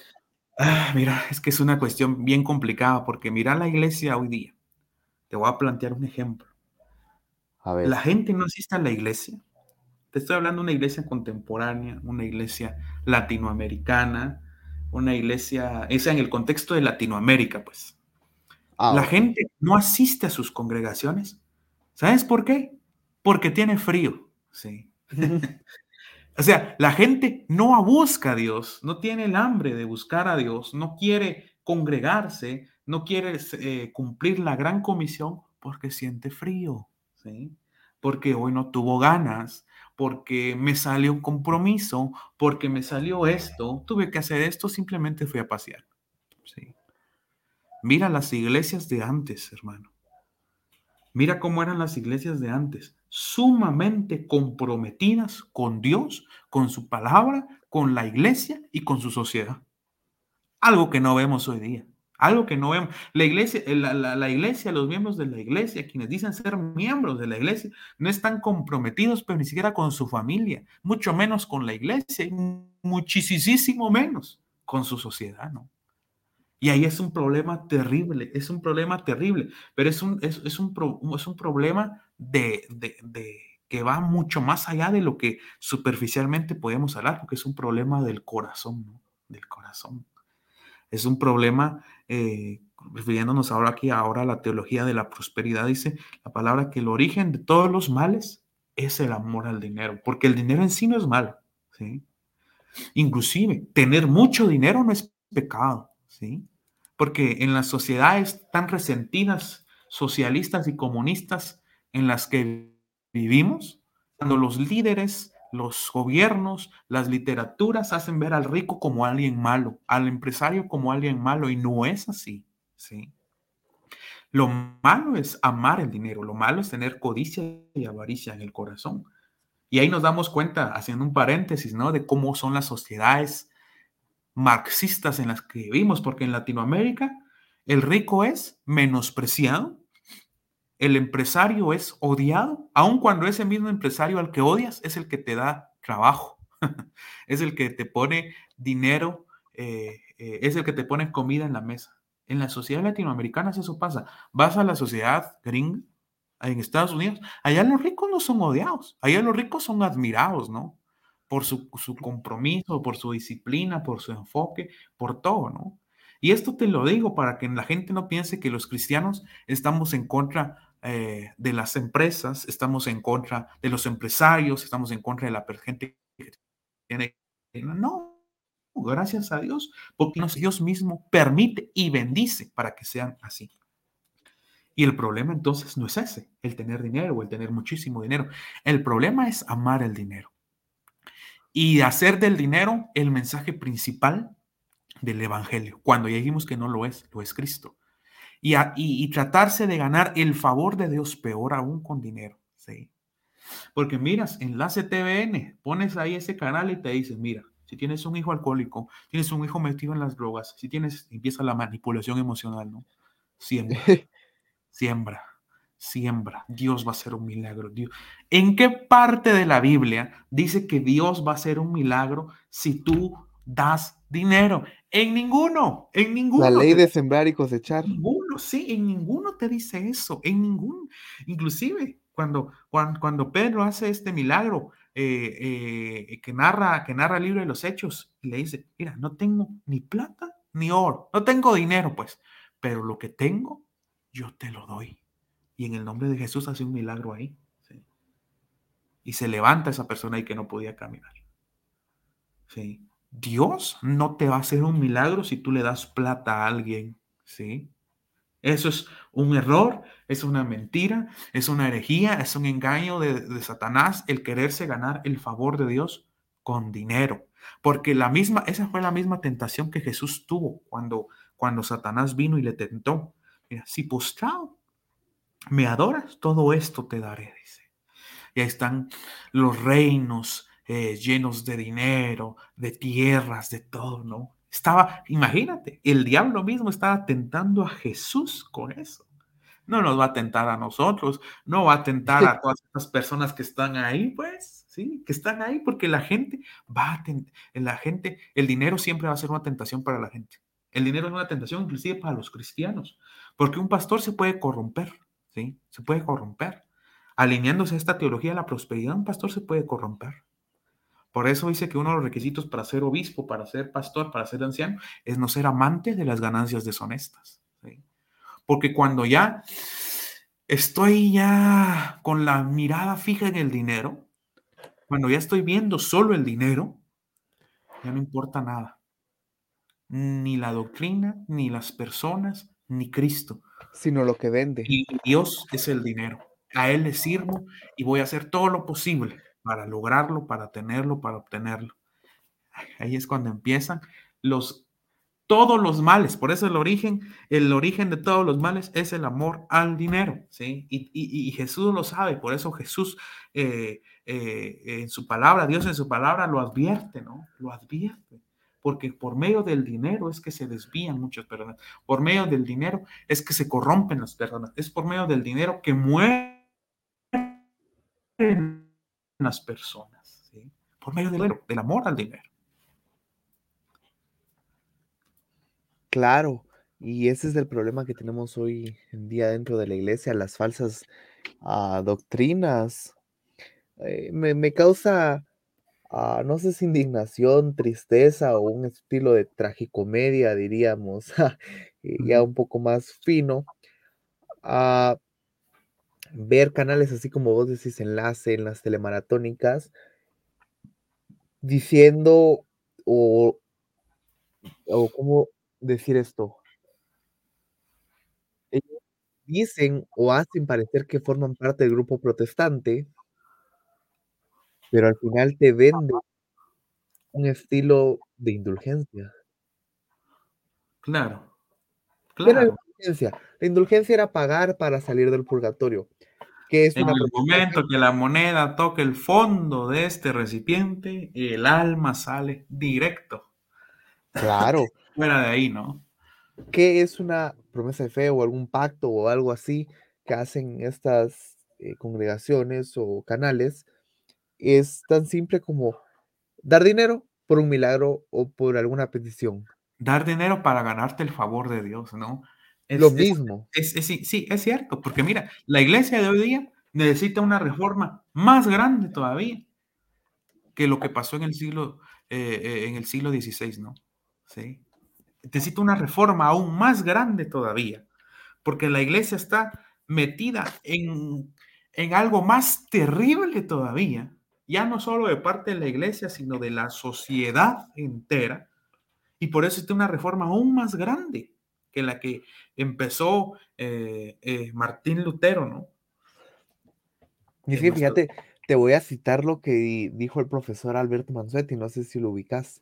es que es una cuestión bien complicada, porque mira la iglesia hoy día. Te voy a plantear un ejemplo. A ver. La gente no asiste a la iglesia. Te estoy hablando de una iglesia contemporánea, una iglesia latinoamericana, una iglesia, esa en el contexto de Latinoamérica, pues. La gente no asiste a sus congregaciones. ¿Sabes por qué? Porque tiene frío. Sí. O sea, la gente no busca a Dios, no tiene el hambre de buscar a Dios, no quiere congregarse, no quiere cumplir la gran comisión porque siente frío, ¿sí? Porque hoy no tuvo ganas, porque me salió un compromiso, porque me salió esto, tuve que hacer esto, simplemente fui a pasear, ¿sí? Mira las iglesias de antes, hermano. Mira cómo eran las iglesias de antes, sumamente comprometidas con Dios, con su palabra, con la iglesia y con su sociedad. Algo que no vemos hoy día. Algo que no vemos. La iglesia, la iglesia, los miembros de la iglesia, quienes dicen ser miembros de la iglesia, no están comprometidos, pero ni siquiera con su familia, mucho menos con la iglesia, y muchísimo menos con su sociedad, ¿no? Y ahí es un problema terrible, pero es un problema que va mucho más allá de lo que superficialmente podemos hablar, porque es un problema del corazón, ¿no? Del corazón. Es un problema, refiriéndonos ahora a la teología de la prosperidad, dice la palabra que el origen de todos los males es el amor al dinero, porque el dinero en sí no es malo, ¿sí? Inclusive, tener mucho dinero no es pecado, ¿sí? Porque en las sociedades tan resentidas, socialistas y comunistas en las que vivimos, cuando los líderes, los gobiernos, las literaturas hacen ver al rico como alguien malo, al empresario como alguien malo, y no es así, ¿sí? Lo malo es amar el dinero, lo malo es tener codicia y avaricia en el corazón. Y ahí nos damos cuenta, haciendo un paréntesis, ¿no?, de cómo son las sociedades marxistas en las que vivimos, porque en Latinoamérica el rico es menospreciado, el empresario es odiado, aun cuando ese mismo empresario al que odias es el que te da trabajo. Es el que te pone dinero, es el que te pone comida en la mesa. En las sociedades latinoamericanas eso pasa. Vas a la sociedad gringa, en Estados Unidos, allá los ricos no son odiados, allá los ricos son admirados, ¿no? Por su compromiso, por su disciplina, por su enfoque, por todo, ¿no? Y esto te lo digo para que la gente no piense que los cristianos estamos en contra de las empresas, estamos en contra de los empresarios, estamos en contra de la gente que tiene... No, gracias a Dios, porque Dios mismo permite y bendice para que sean así. Y el problema entonces no es ese, el tener dinero o el tener muchísimo dinero. El problema es amar el dinero y hacer del dinero el mensaje principal del evangelio, cuando ya dijimos que no lo es Cristo. Y tratarse de ganar el favor de Dios, peor aún con dinero, ¿sí? Porque miras, Enlace TVN, pones ahí ese canal y te dicen, mira, si tienes un hijo alcohólico, tienes un hijo metido en las drogas, si tienes, empieza la manipulación emocional, ¿no? Siembra, siembra, siembra. Dios va a hacer un milagro. Dios. ¿En qué parte de la Biblia dice que Dios va a hacer un milagro si tú das dinero? En ninguno, en La ninguno. ley de sembrar y cosechar. Ninguno, sí, en ninguno te dice eso, en ninguno. Inclusive cuando Pedro hace este milagro que narra el libro de los Hechos, y le dice, mira, no tengo ni plata ni oro, no tengo dinero, pues, pero lo que tengo, yo te lo doy. Y en el nombre de Jesús hace un milagro ahí. ¿Sí? Y se levanta esa persona ahí que no podía caminar. ¿Sí? Dios no te va a hacer un milagro si tú le das plata a alguien. ¿Sí? Eso es un error, es una mentira, es una herejía, es un engaño de Satanás el quererse ganar el favor de Dios con dinero. Porque esa fue la misma tentación que Jesús tuvo cuando Satanás vino y le tentó. Mira, si postrado me adoras, todo esto te daré, dice. Y ahí están los reinos llenos de dinero, de tierras, de todo, ¿no? Imagínate, el diablo mismo estaba tentando a Jesús con eso. No nos va a tentar a nosotros, no va a tentar a todas estas personas que están ahí, pues, sí, que están ahí, porque el dinero siempre va a ser una tentación para la gente. El dinero es una tentación inclusive para los cristianos, porque un pastor se puede corromper, ¿sí? Se puede corromper. Alineándose a esta teología de la prosperidad, un pastor se puede corromper. Por eso dice que uno de los requisitos para ser obispo, para ser pastor, para ser anciano, es no ser amante de las ganancias deshonestas, ¿sí? Porque cuando ya estoy ya con la mirada fija en el dinero, cuando ya estoy viendo solo el dinero, ya no importa nada. Ni la doctrina, ni las personas, ni Cristo. Sino lo que vende. Y Dios es el dinero. A Él le sirvo y voy a hacer todo lo posible para lograrlo, para tenerlo, para obtenerlo. Ahí es cuando empiezan todos los males. Por eso el origen de todos los males es el amor al dinero, ¿sí? Y Jesús lo sabe, por eso Jesús en su palabra, Dios en su palabra lo advierte, ¿no? Lo advierte. Porque por medio del dinero es que se desvían muchas personas. Por medio del dinero es que se corrompen las personas. Es por medio del dinero que mueren las personas, ¿sí? Por medio del amor al dinero. Claro, y ese es el problema que tenemos hoy en día dentro de la iglesia, las falsas doctrinas. Me causa, no sé si indignación, tristeza o un estilo de tragicomedia, diríamos, ya un poco más fino, ver canales así como vos decís, Enlace, en las telemaratónicas, diciendo o cómo decir esto. Ellos dicen o hacen parecer que forman parte del grupo protestante, pero al final te venden un estilo de indulgencia. Claro, ¿Qué era la claro. indulgencia? La indulgencia era pagar para salir del purgatorio, que es En una el protestación. momento que la moneda toque el fondo de este recipiente, el alma sale directo. Claro, Fuera de ahí, ¿no? ¿qué es una promesa de fe o algún pacto o algo así que hacen estas congregaciones o canales? Es tan simple como Dar dinero por un milagro o por alguna petición. Dar dinero para ganarte el favor de Dios, ¿no? Lo mismo. Sí, es cierto, porque mira, la iglesia de hoy día necesita una reforma más grande todavía que lo que pasó en el siglo XVI, ¿no? Sí. Necesita una reforma aún más grande todavía, porque la iglesia está metida en algo más terrible todavía, ya no solo de parte de la iglesia, sino de la sociedad entera, y por eso está una reforma aún más grande que la que empezó Martín Lutero, ¿no? Y es que fíjate, te voy a citar lo que dijo el profesor Alberto Mansuetti, no sé si lo ubicas.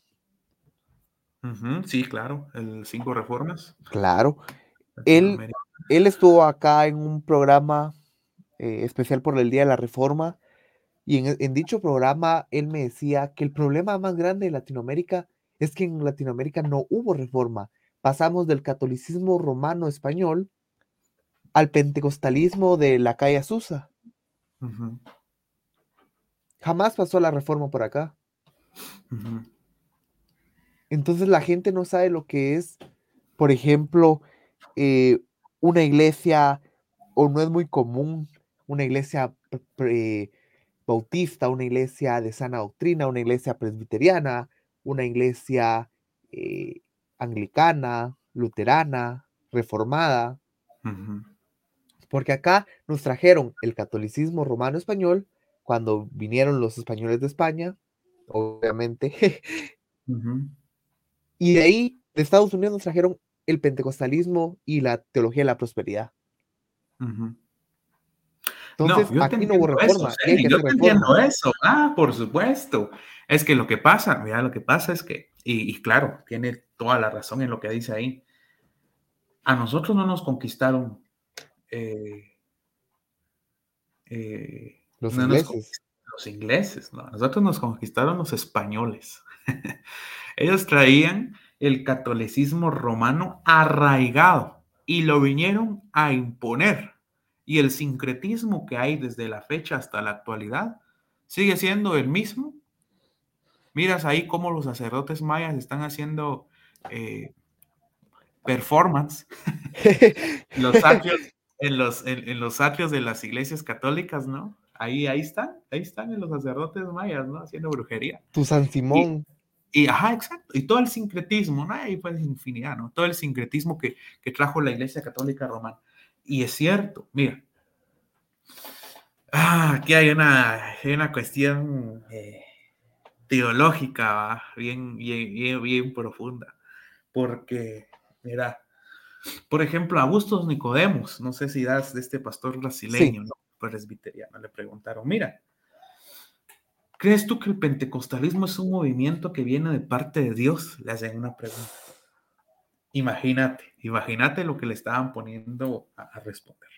Sí, claro, el 5 Reformas. Claro. Él estuvo acá en un programa especial por el Día de la Reforma, y en dicho programa él me decía que el problema más grande de Latinoamérica es que en Latinoamérica no hubo reforma. Pasamos del catolicismo romano español al pentecostalismo de la calle Azusa. Jamás pasó la reforma por acá. Entonces la gente no sabe lo que es, por ejemplo, una iglesia, o no es muy común, una iglesia bautista, una iglesia de sana doctrina, una iglesia presbiteriana, una iglesia anglicana, luterana, reformada. Porque acá nos trajeron el catolicismo romano español cuando vinieron los españoles de España, obviamente. Y de ahí, de Estados Unidos, nos trajeron el pentecostalismo y la teología de la prosperidad. Entonces, no, aquí no hubo reforma. Yo te entiendo eso. Por supuesto. Es que lo que pasa, mira, lo que pasa es que, y claro, tiene toda la razón en lo que dice ahí. A nosotros no nos conquistaron los ingleses. Los ingleses, no. A nosotros nos conquistaron los españoles. Ellos traían el catolicismo romano arraigado y lo vinieron a imponer. Y el sincretismo que hay desde la fecha hasta la actualidad sigue siendo el mismo. Miras ahí cómo los sacerdotes mayas están haciendo performance en los atrios de las iglesias católicas, ¿no? Ahí están en los sacerdotes mayas, ¿no? Haciendo brujería. Tu San Simón. Ajá, exacto. Y todo el sincretismo, ¿no? Ahí pues infinidad, ¿no? Todo el sincretismo que trajo la Iglesia Católica Romana. Y es cierto, mira. Aquí hay una cuestión teológica, bien profunda. Porque, mira, por ejemplo, Augusto Nicodemos, no sé si das de este pastor brasileño, sí, ¿no? Presbiteriano, le preguntaron, mira, ¿crees tú que el pentecostalismo es un movimiento que viene de parte de Dios? Le hacen una pregunta. Imagínate lo que le estaban poniendo a responder.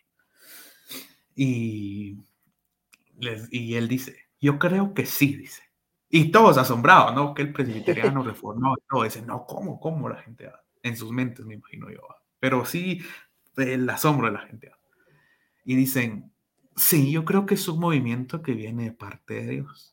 Y él dice, yo creo que sí, dice. Y todos asombrados, ¿no? Que el presbiteriano reformado y todo. Dice, no, ¿cómo la gente? En sus mentes, me imagino yo. Pero sí, el asombro de la gente. Y dicen, sí, yo creo que es un movimiento que viene de parte de Dios.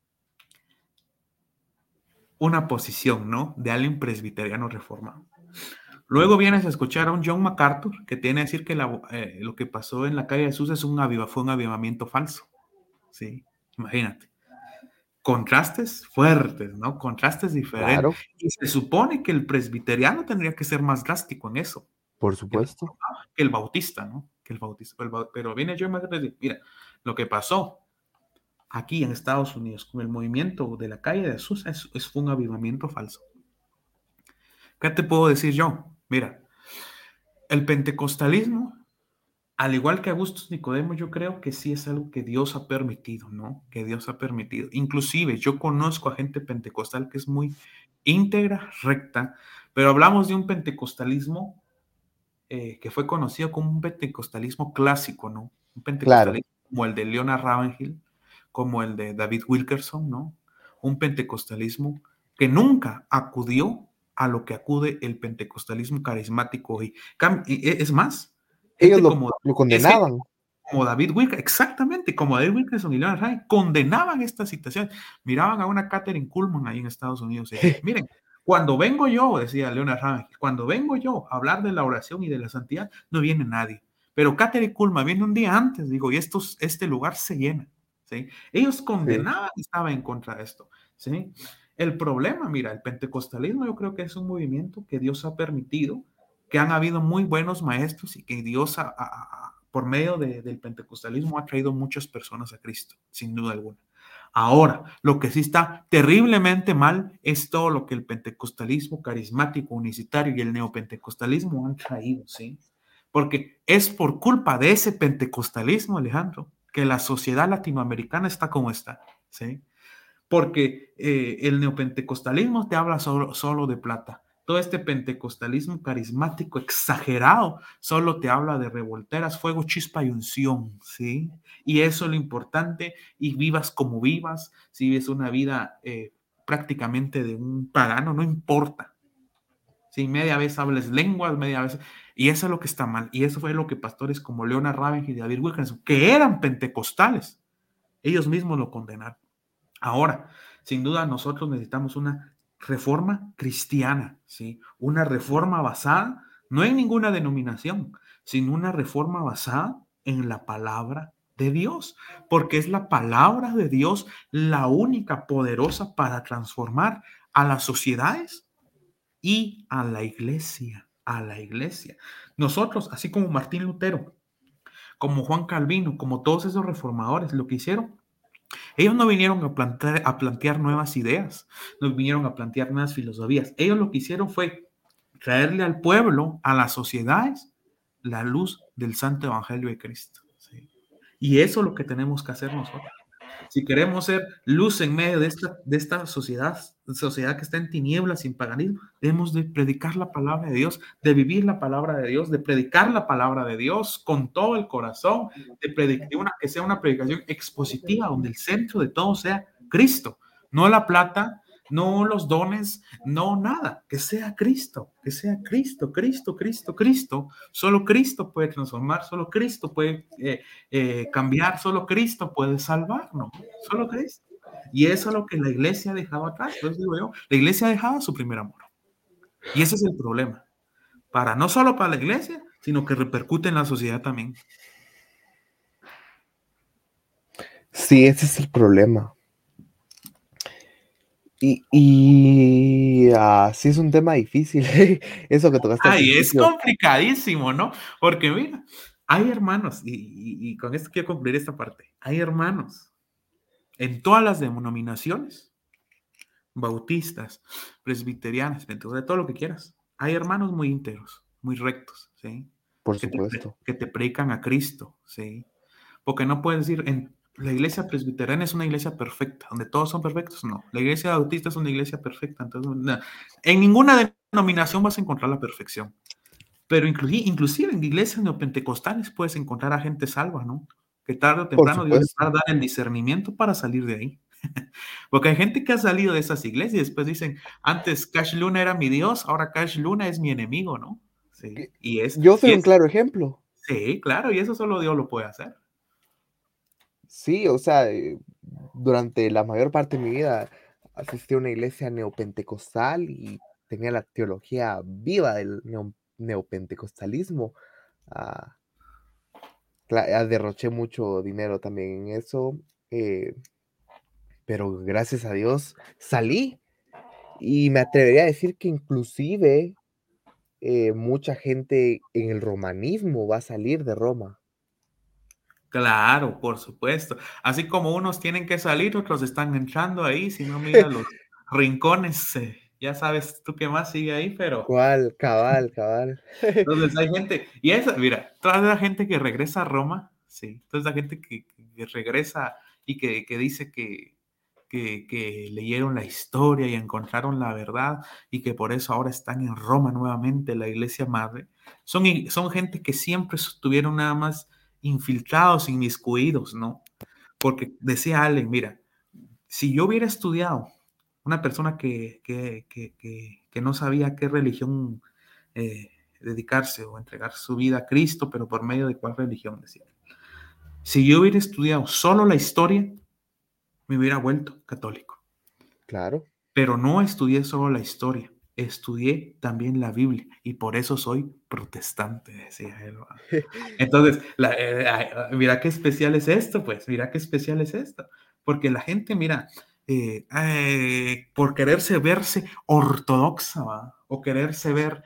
Una posición, ¿no? De alguien presbiteriano reformado. Luego vienes a escuchar a un John MacArthur que tiene a decir que lo que pasó en la calle de Jesús fue un avivamiento falso. Sí, imagínate. Contrastes fuertes, ¿no? Contrastes diferentes. Claro. Y se supone que el presbiteriano tendría que ser más drástico en eso. Por supuesto. Que el bautista, ¿no? Pero viene John MacArthur y dice, mira, lo que pasó aquí en Estados Unidos con el movimiento de la calle de Jesús fue un avivamiento falso. ¿Qué te puedo decir yo? Mira, el pentecostalismo, al igual que Augusto Nicodemo, yo creo que sí es algo que Dios ha permitido, ¿no? Que Dios ha permitido. Inclusive, yo conozco a gente pentecostal que es muy íntegra, recta, pero hablamos de un pentecostalismo que fue conocido como un pentecostalismo clásico, ¿no? Un pentecostalismo como el de Leonard Ravenhill, como el de David Wilkerson, ¿no? Un pentecostalismo que nunca acudió a lo que acude el pentecostalismo carismático. Y es más, ellos lo condenaban. como David Wilkerson, exactamente, como David Wilkerson y Leonard Ravenhill, condenaban esta situación. Miraban a una Catherine Kuhlman ahí en Estados Unidos y decían, miren, cuando vengo yo, decía Leonard Ravenhill, cuando vengo yo a hablar de la oración y de la santidad, no viene nadie. Pero Catherine Kuhlman viene un día antes, digo, y este lugar se llena. ¿Sí? Ellos condenaban y estaban en contra de esto. ¿Sí? El problema, mira, el pentecostalismo yo creo que es un movimiento que Dios ha permitido, que han habido muy buenos maestros y que Dios por medio del pentecostalismo ha traído muchas personas a Cristo, sin duda alguna. Ahora, lo que sí está terriblemente mal es todo lo que el pentecostalismo carismático, unicitario y el neopentecostalismo han traído, ¿sí? Porque es por culpa de ese pentecostalismo, Alejandro, que la sociedad latinoamericana está como está, ¿sí? Porque el neopentecostalismo te habla solo de plata. Todo este pentecostalismo carismático exagerado solo te habla de revolteras, fuego, chispa y unción, ¿sí? Y eso es lo importante, y vivas como vivas, si vives una vida prácticamente de un pagano, no importa. Sí, media vez hables lenguas, media vez... Y eso es lo que está mal. Y eso fue lo que pastores como Leonard Ravenhill y David Wilkerson, que eran pentecostales, ellos mismos lo condenaron. Ahora, sin duda, nosotros necesitamos una reforma cristiana, ¿sí? Una reforma basada, no en ninguna denominación, sino una reforma basada en la palabra de Dios, porque es la palabra de Dios la única poderosa para transformar a las sociedades y a la iglesia, Nosotros, así como Martín Lutero, como Juan Calvino, como todos esos reformadores, lo que hicieron, ellos no vinieron a plantear nuevas ideas, no vinieron a plantear nuevas filosofías. Ellos lo que hicieron fue traerle al pueblo, a las sociedades, la luz del santo evangelio de Cristo. ¿Sí? Y eso es lo que tenemos que hacer nosotros. Si queremos ser luz en medio de esta sociedad que está en tinieblas, sin paganismo, debemos de predicar la palabra de Dios, de vivir la palabra de Dios, de predicar la palabra de Dios con todo el corazón, que sea una predicación expositiva, donde el centro de todo sea Cristo, no la plata, no los dones, no nada, que sea Cristo, Cristo. Solo Cristo puede transformar, solo Cristo puede cambiar, solo Cristo puede salvarnos, solo Cristo. Y eso es lo que la iglesia ha dejado atrás. Entonces digo yo, la iglesia ha dejado su primer amor. Y ese es el problema. No solo para la iglesia, sino que repercute en la sociedad también. Sí, ese es el problema. Y sí es un tema difícil, eso que tocaste. Ay, es complicadísimo, ¿no? Porque mira, hay hermanos, y con esto quiero concluir esta parte, hay hermanos en todas las denominaciones, bautistas, presbiterianas, de todo lo que quieras. Hay hermanos muy íntegros, muy rectos, ¿sí? Por supuesto. Que te predican a Cristo, ¿sí? Porque no puedes decir, la iglesia presbiteriana es una iglesia perfecta, donde todos son perfectos. No, la iglesia bautista es una iglesia perfecta. Entonces, no. En ninguna denominación vas a encontrar la perfección. Pero inclusive en iglesias neopentecostales puedes encontrar a gente salva, ¿no? Que tarde o temprano Dios les va a dar el discernimiento para salir de ahí. Porque hay gente que ha salido de esas iglesias y después dicen, antes Cash Luna era mi Dios, ahora Cash Luna es mi enemigo, ¿no? Sí. Yo soy un claro ejemplo. Sí, claro, y eso solo Dios lo puede hacer. Sí, o sea, durante la mayor parte de mi vida asistí a una iglesia neopentecostal y tenía la teología viva del neopentecostalismo. Derroché mucho dinero también en eso, pero gracias a Dios salí, y me atrevería a decir que inclusive mucha gente en el romanismo va a salir de Roma. Claro, por supuesto. Así como unos tienen que salir, otros están entrando ahí. Si no, mira los rincones. Ya sabes tú qué más sigue ahí, pero... ¿Cuál? Cabal. Entonces hay gente... Y esa, mira, toda la gente que regresa a Roma, sí. Toda esa gente que regresa y que dice que leyeron la historia y encontraron la verdad y que por eso ahora están en Roma nuevamente, la iglesia madre. Son gente que siempre estuvieron nada más infiltrados, inmiscuidos, ¿no? Porque decía Allen, mira, si yo hubiera estudiado, una persona que no sabía a qué religión dedicarse o entregar su vida a Cristo, pero por medio de cuál religión, decía. Si yo hubiera estudiado solo la historia, me hubiera vuelto católico. Claro. Pero no estudié solo la historia, estudié también la Biblia y por eso soy protestante, decía él. Entonces, mira qué especial es esto, pues, mira qué especial es esto. Porque la gente, mira, por quererse verse ortodoxa, ¿va? O quererse ver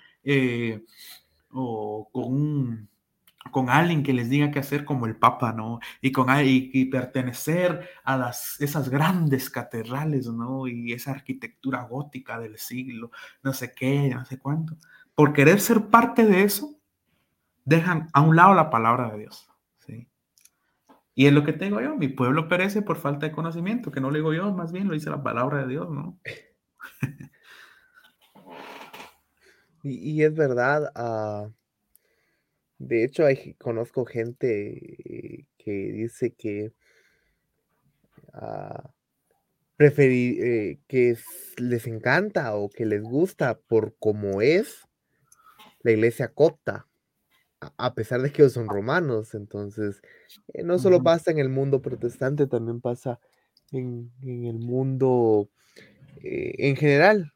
o con alguien que les diga qué hacer como el Papa, ¿no? Y pertenecer a esas grandes catedrales, ¿no? Y esa arquitectura gótica del siglo, no sé qué, no sé cuánto. Por querer ser parte de eso, dejan a un lado la palabra de Dios, ¿sí? Y es lo que tengo yo, mi pueblo perece por falta de conocimiento, que no lo digo yo, más bien lo dice la palabra de Dios, ¿no? Y es verdad, de hecho, conozco gente que dice que les encanta o que les gusta por cómo es la iglesia copta, a pesar de que ellos son romanos. Entonces, no solo pasa en el mundo protestante, también pasa en el mundo en general.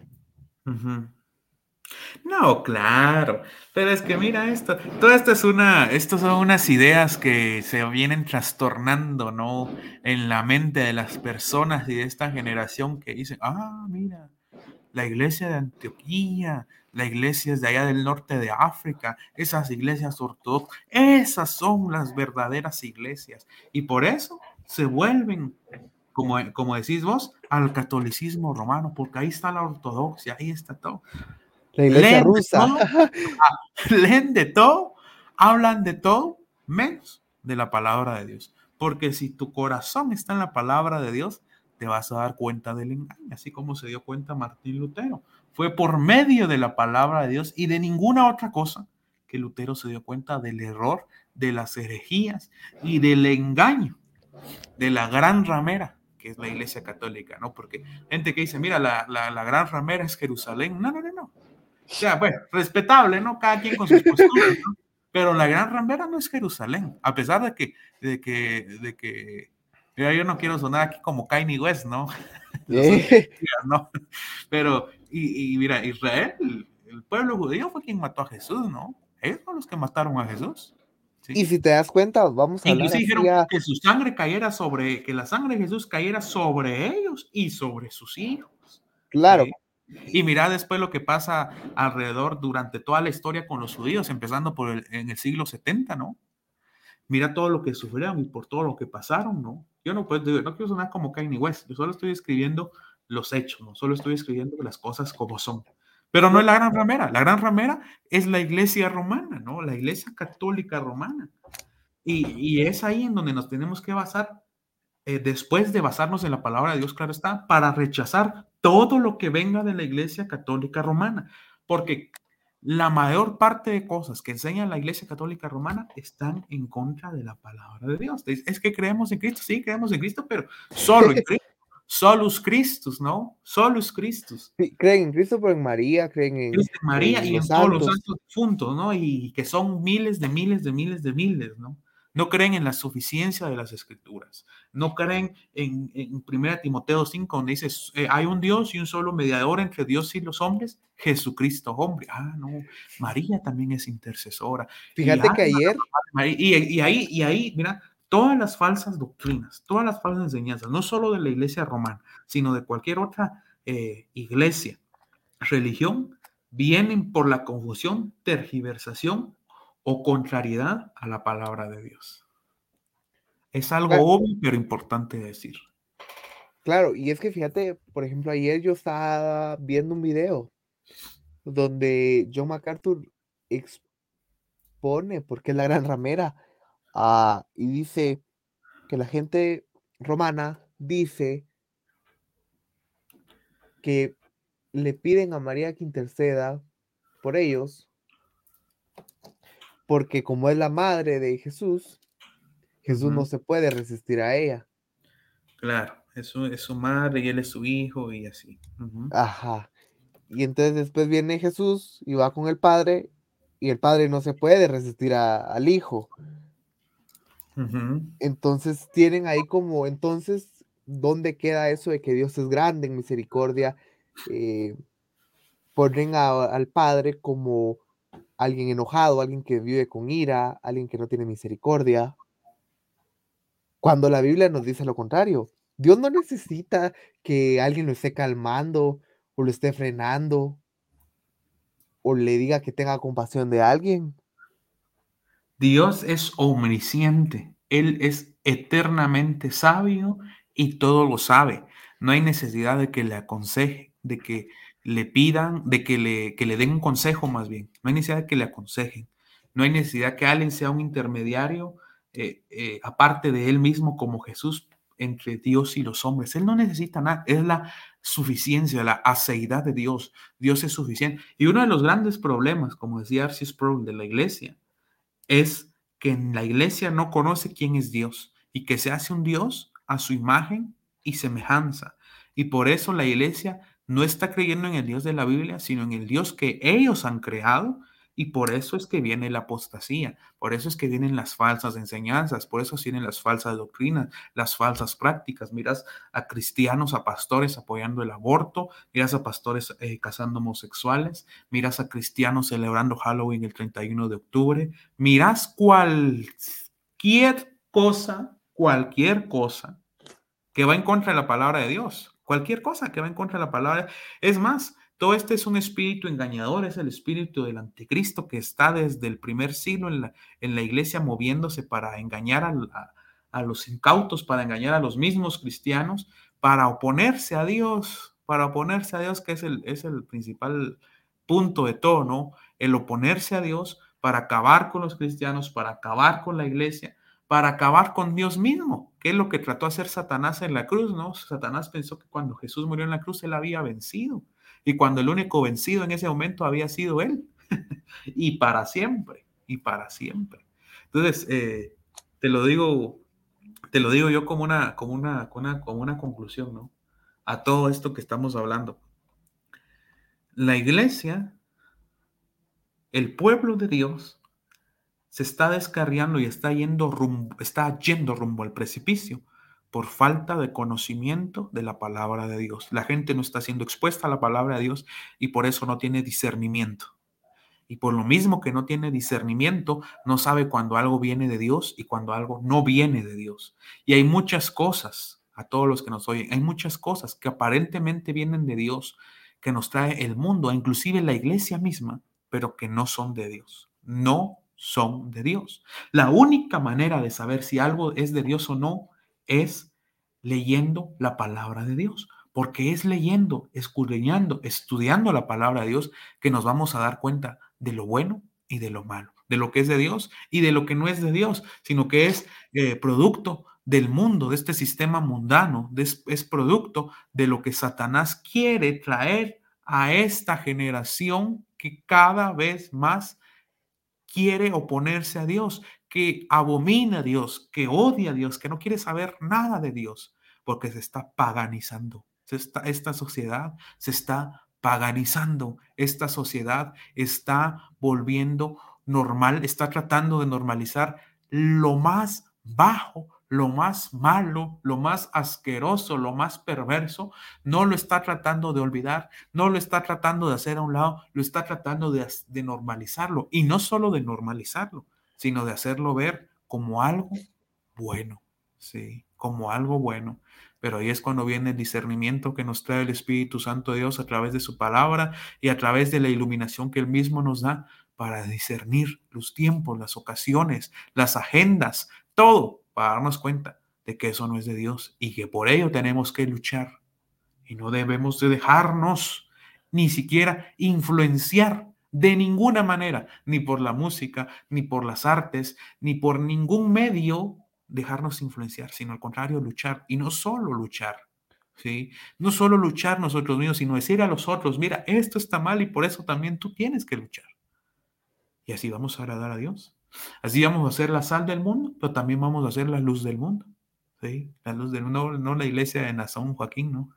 No, claro, pero es que mira esto, estas son unas ideas que se vienen trastornando, ¿no? En la mente de las personas y de esta generación que dicen, mira, la iglesia de Antioquía, la iglesia de allá del norte de África, esas iglesias ortodoxas, esas son las verdaderas iglesias. Y por eso se vuelven, como decís vos, al catolicismo romano, porque ahí está la ortodoxia, ahí está todo. La iglesia rusa. Leen de todo, hablan de todo, menos de la palabra de Dios. Porque si tu corazón está en la palabra de Dios, te vas a dar cuenta del engaño, así como se dio cuenta Martín Lutero. Fue por medio de la palabra de Dios y de ninguna otra cosa que Lutero se dio cuenta del error, de las herejías y del engaño de la gran ramera, que es la iglesia católica, ¿no? Porque gente que dice, mira, la gran ramera es Jerusalén. No. O sea, bueno, respetable, ¿no? Cada quien con sus posturas, ¿no? Pero la gran ramera no es Jerusalén, a pesar de que mira, yo no quiero sonar aquí como Kanye West, ¿no? ¿no? Pero, y mira, Israel, el pueblo judío fue quien mató a Jesús, ¿no? Ellos fueron los que mataron a Jesús. ¿Sí? Y si te das cuenta, vamos a hablar así. Dijeron que su sangre cayera que la sangre de Jesús cayera sobre ellos y sobre sus hijos. Claro. ¿Sí? Y mira después lo que pasa alrededor durante toda la historia con los judíos, empezando en el siglo 70, ¿no? Mira todo lo que sufrieron y por todo lo que pasaron, ¿no? Yo no quiero sonar como Kanye West, yo solo estoy escribiendo los hechos, ¿no? Solo estoy escribiendo las cosas como son. Pero no es la gran ramera. La gran ramera es la iglesia romana, ¿no? La iglesia católica romana. Y es ahí en donde nos tenemos que basar, después de basarnos en la palabra de Dios, claro está, para rechazar todo lo que venga de la iglesia católica romana. Porque la mayor parte de cosas que enseña la iglesia católica romana están en contra de la palabra de Dios. Es que creemos en Cristo, sí, creemos en Cristo, pero solo en Cristo. Solus Christus, ¿no? Solus Christus. Sí, creen en Cristo, pero en María, creen en María y en todos los santos difuntos, ¿no? Y que son miles, ¿no? No creen en la suficiencia de las escrituras. No creen en 1 Timoteo 5, donde dice, hay un Dios y un solo mediador entre Dios y los hombres, Jesucristo, hombre. No, María también es intercesora. Fíjate que ayer... Y ahí, mira, todas las falsas doctrinas, todas las falsas enseñanzas, no solo de la iglesia romana, sino de cualquier otra iglesia, religión, vienen por la confusión, tergiversación o contrariedad a la palabra de Dios. Es algo obvio, pero importante decir. Claro, y es que fíjate, por ejemplo, ayer yo estaba viendo un video donde John MacArthur expone por qué es la gran ramera, y dice que la gente romana dice que le piden a María que interceda por ellos, porque como es la madre de Jesús, Jesús no se puede resistir a ella. Claro, eso es su madre y él es su hijo y así. Ajá. Y entonces después viene Jesús y va con el Padre, y el Padre no se puede resistir al Hijo. Entonces tienen ahí como, entonces, ¿dónde queda eso de que Dios es grande en misericordia? Ponen al Padre como alguien enojado, alguien que vive con ira, alguien que no tiene misericordia, cuando la Biblia nos dice lo contrario. Dios no necesita que alguien lo esté calmando o lo esté frenando o le diga que tenga compasión de alguien. Dios es omnisciente, Él es eternamente sabio y todo lo sabe. No hay necesidad de que le aconseje, de que le pidan, de que le den un consejo más bien. No hay necesidad de que le aconsejen. No hay necesidad que alguien sea un intermediario aparte de Él mismo como Jesús entre Dios y los hombres. Él no necesita nada. Es la suficiencia, la aceidad de Dios. Dios es suficiente. Y uno de los grandes problemas, como decía R.C. Sproul, de la iglesia, es que en la iglesia no conoce quién es Dios y que se hace un Dios a su imagen y semejanza. Y por eso la iglesia no está creyendo en el Dios de la Biblia, sino en el Dios que ellos han creado. Y por eso es que viene la apostasía, por eso es que vienen las falsas enseñanzas, por eso vienen las falsas doctrinas, las falsas prácticas. Miras a cristianos, a pastores apoyando el aborto, miras a pastores casando homosexuales, miras a cristianos celebrando Halloween el 31 de octubre, miras cualquier cosa que va en contra de la palabra de Dios, cualquier cosa que va en contra de la palabra. Es más, todo este es un espíritu engañador, es el espíritu del anticristo que está desde el primer siglo en la iglesia moviéndose para engañar a los incautos, para engañar a los mismos cristianos, para oponerse a Dios, que es el principal punto de todo, ¿no? El oponerse a Dios para acabar con los cristianos, para acabar con la iglesia, para acabar con Dios mismo, que es lo que trató de hacer Satanás en la cruz, ¿no? Satanás pensó que cuando Jesús murió en la cruz, él había vencido. Y cuando el único vencido en ese momento había sido él. Y para siempre, y para siempre. Entonces, te lo digo yo como una conclusión, ¿no? A todo esto que estamos hablando. La iglesia, el pueblo de Dios, se está descarriando y está yendo rumbo al precipicio por falta de conocimiento de la palabra de Dios. La gente no está siendo expuesta a la palabra de Dios y por eso no tiene discernimiento. Y por lo mismo que no tiene discernimiento, no sabe cuando algo viene de Dios y cuando algo no viene de Dios. Y hay muchas cosas, a todos los que nos oyen, hay muchas cosas que aparentemente vienen de Dios, que nos trae el mundo, inclusive la iglesia misma, pero que no son de Dios. No son de Dios. La única manera de saber si algo es de Dios o no es leyendo la palabra de Dios, porque es leyendo, escudriñando, estudiando la palabra de Dios que nos vamos a dar cuenta de lo bueno y de lo malo, de lo que es de Dios y de lo que no es de Dios, sino que es producto del mundo, de este sistema mundano, es producto de lo que Satanás quiere traer a esta generación que cada vez más quiere oponerse a Dios, que abomina a Dios, que odia a Dios, que no quiere saber nada de Dios, porque se está paganizando. Esta sociedad se está paganizando. Esta sociedad está volviendo normal, está tratando de normalizar lo más bajo, lo más malo, lo más asqueroso, lo más perverso. No lo está tratando de olvidar, no lo está tratando de hacer a un lado, lo está tratando de normalizarlo. Y no solo de normalizarlo, sino de hacerlo ver como algo bueno, sí, como algo bueno. Pero ahí es cuando viene el discernimiento que nos trae el Espíritu Santo de Dios a través de su palabra y a través de la iluminación que Él mismo nos da para discernir los tiempos, las ocasiones, las agendas, todo, para darnos cuenta de que eso no es de Dios y que por ello tenemos que luchar. Y no debemos de dejarnos ni siquiera influenciar de ninguna manera, ni por la música, ni por las artes, ni por ningún medio dejarnos influenciar, sino al contrario, luchar. Y no solo luchar, ¿sí? No solo luchar nosotros mismos, sino decir a los otros, mira, esto está mal y por eso también tú tienes que luchar. Y así vamos a agradar a Dios. Así vamos a ser la sal del mundo, pero también vamos a ser la luz del mundo. Sí, la luz del mundo, no la iglesia de Nazón Joaquín, ¿no?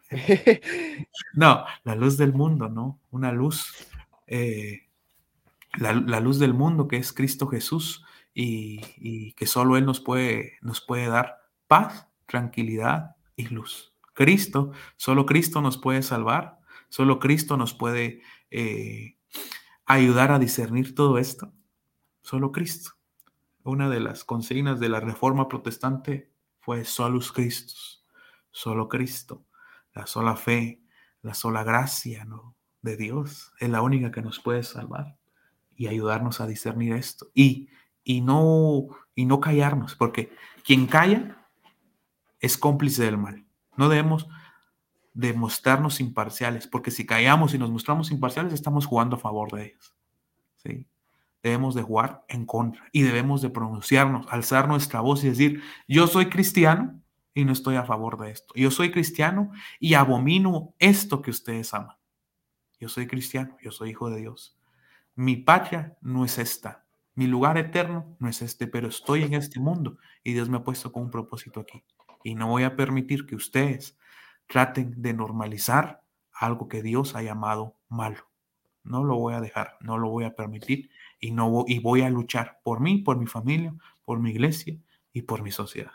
No, la luz del mundo, ¿no? Una luz, la luz del mundo que es Cristo Jesús, y que solo Él nos puede dar paz, tranquilidad y luz. Cristo, solo Cristo nos puede salvar, solo Cristo nos puede ayudar a discernir todo esto. Solo Cristo. Una de las consignas de la Reforma Protestante fue solus Christus, solo Cristo, la sola fe, la sola gracia, ¿no?, de Dios es la única que nos puede salvar y ayudarnos a discernir esto y no callarnos, porque quien calla es cómplice del mal. No debemos demostrarnos imparciales, porque si callamos y nos mostramos imparciales estamos jugando a favor de ellos, ¿sí? Debemos de jugar en contra y debemos de pronunciarnos, alzar nuestra voz y decir: yo soy cristiano y no estoy a favor de esto. Yo soy cristiano y abomino esto que ustedes aman. Yo soy cristiano, yo soy hijo de Dios. Mi patria no es esta, mi lugar eterno no es este, pero estoy en este mundo y Dios me ha puesto con un propósito aquí. Y no voy a permitir que ustedes traten de normalizar algo que Dios ha llamado malo. No lo voy a dejar, no lo voy a permitir y voy a luchar por mí, por mi familia, por mi iglesia y por mi sociedad.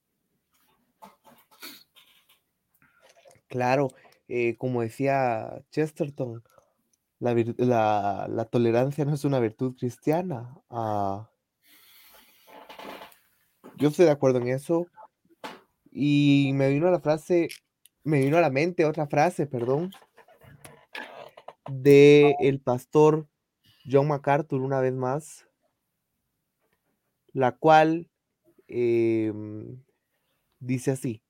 Claro, como decía Chesterton, la tolerancia no es una virtud cristiana. Yo estoy de acuerdo en eso. Y me vino a la mente otra frase, de el pastor John MacArthur, una vez más, la cual dice así: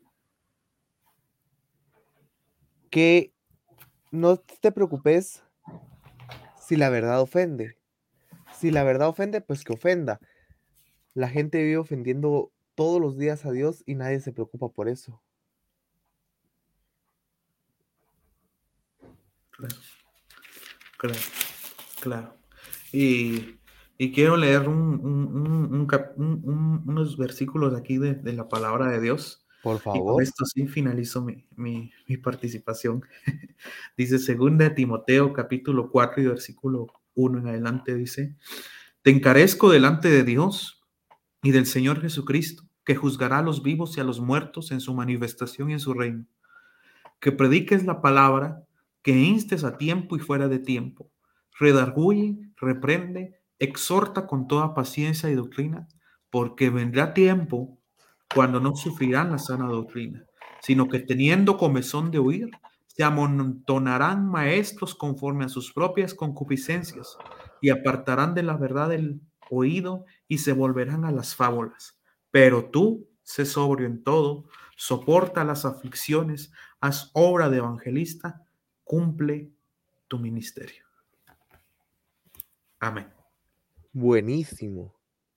que no te preocupes si la verdad ofende. Si la verdad ofende, pues que ofenda. La gente vive ofendiendo todos los días a Dios y nadie se preocupa por eso. Claro. Y quiero leer unos versículos aquí de la palabra de Dios. Por Y con favor. esto sí finalizo mi participación. Dice 2 Timoteo capítulo 4 y versículo 1 en adelante, dice: te encarezco delante de Dios y del Señor Jesucristo, que juzgará a los vivos y a los muertos en su manifestación y en su reino. Que prediques la palabra, que instes a tiempo y fuera de tiempo, redarguye, reprende, exhorta con toda paciencia y doctrina, porque vendrá tiempo cuando no sufrirán la sana doctrina, sino que teniendo comezón de oír, se amontonarán maestros conforme a sus propias concupiscencias y apartarán de la verdad el oído y se volverán a las fábulas. Pero tú, sé sobrio en todo, soporta las aflicciones, haz obra de evangelista, cumple tu ministerio. Amén. Buenísimo.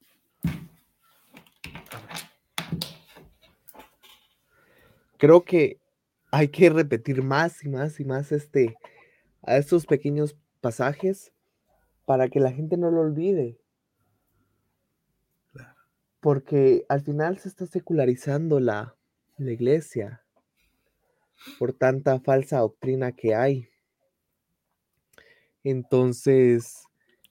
Creo que hay que repetir más y más y más a estos pequeños pasajes para que la gente no lo olvide. Porque al final se está secularizando la iglesia por tanta falsa doctrina que hay. Entonces,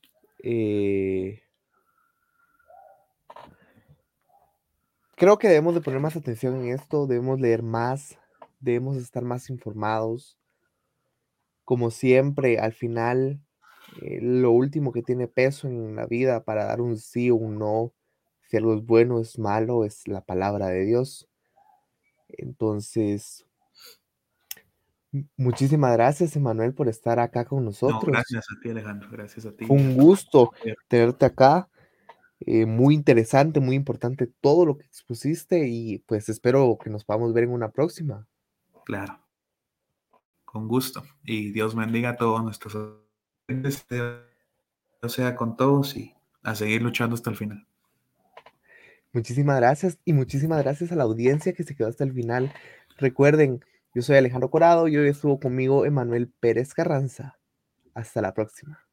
creo que debemos de poner más atención en esto, debemos leer más, debemos estar más informados. Como siempre, al final, lo último que tiene peso en la vida para dar un sí o un no, si algo es bueno o es malo, es la palabra de Dios. Entonces, muchísimas gracias, Emanuel, por estar acá con nosotros. No, gracias a ti, Alejandro, gracias a ti. Fue un gusto tenerte acá. Muy interesante, muy importante todo lo que expusiste y pues espero que nos podamos ver en una próxima. Claro, con gusto. Y Dios bendiga a todos nuestros oyentes, o sea, con todos y a seguir luchando hasta el final. Muchísimas gracias y muchísimas gracias a la audiencia que se quedó hasta el final. Recuerden, yo soy Alejandro Corado y hoy estuvo conmigo Emanuel Pérez Carranza. Hasta la próxima.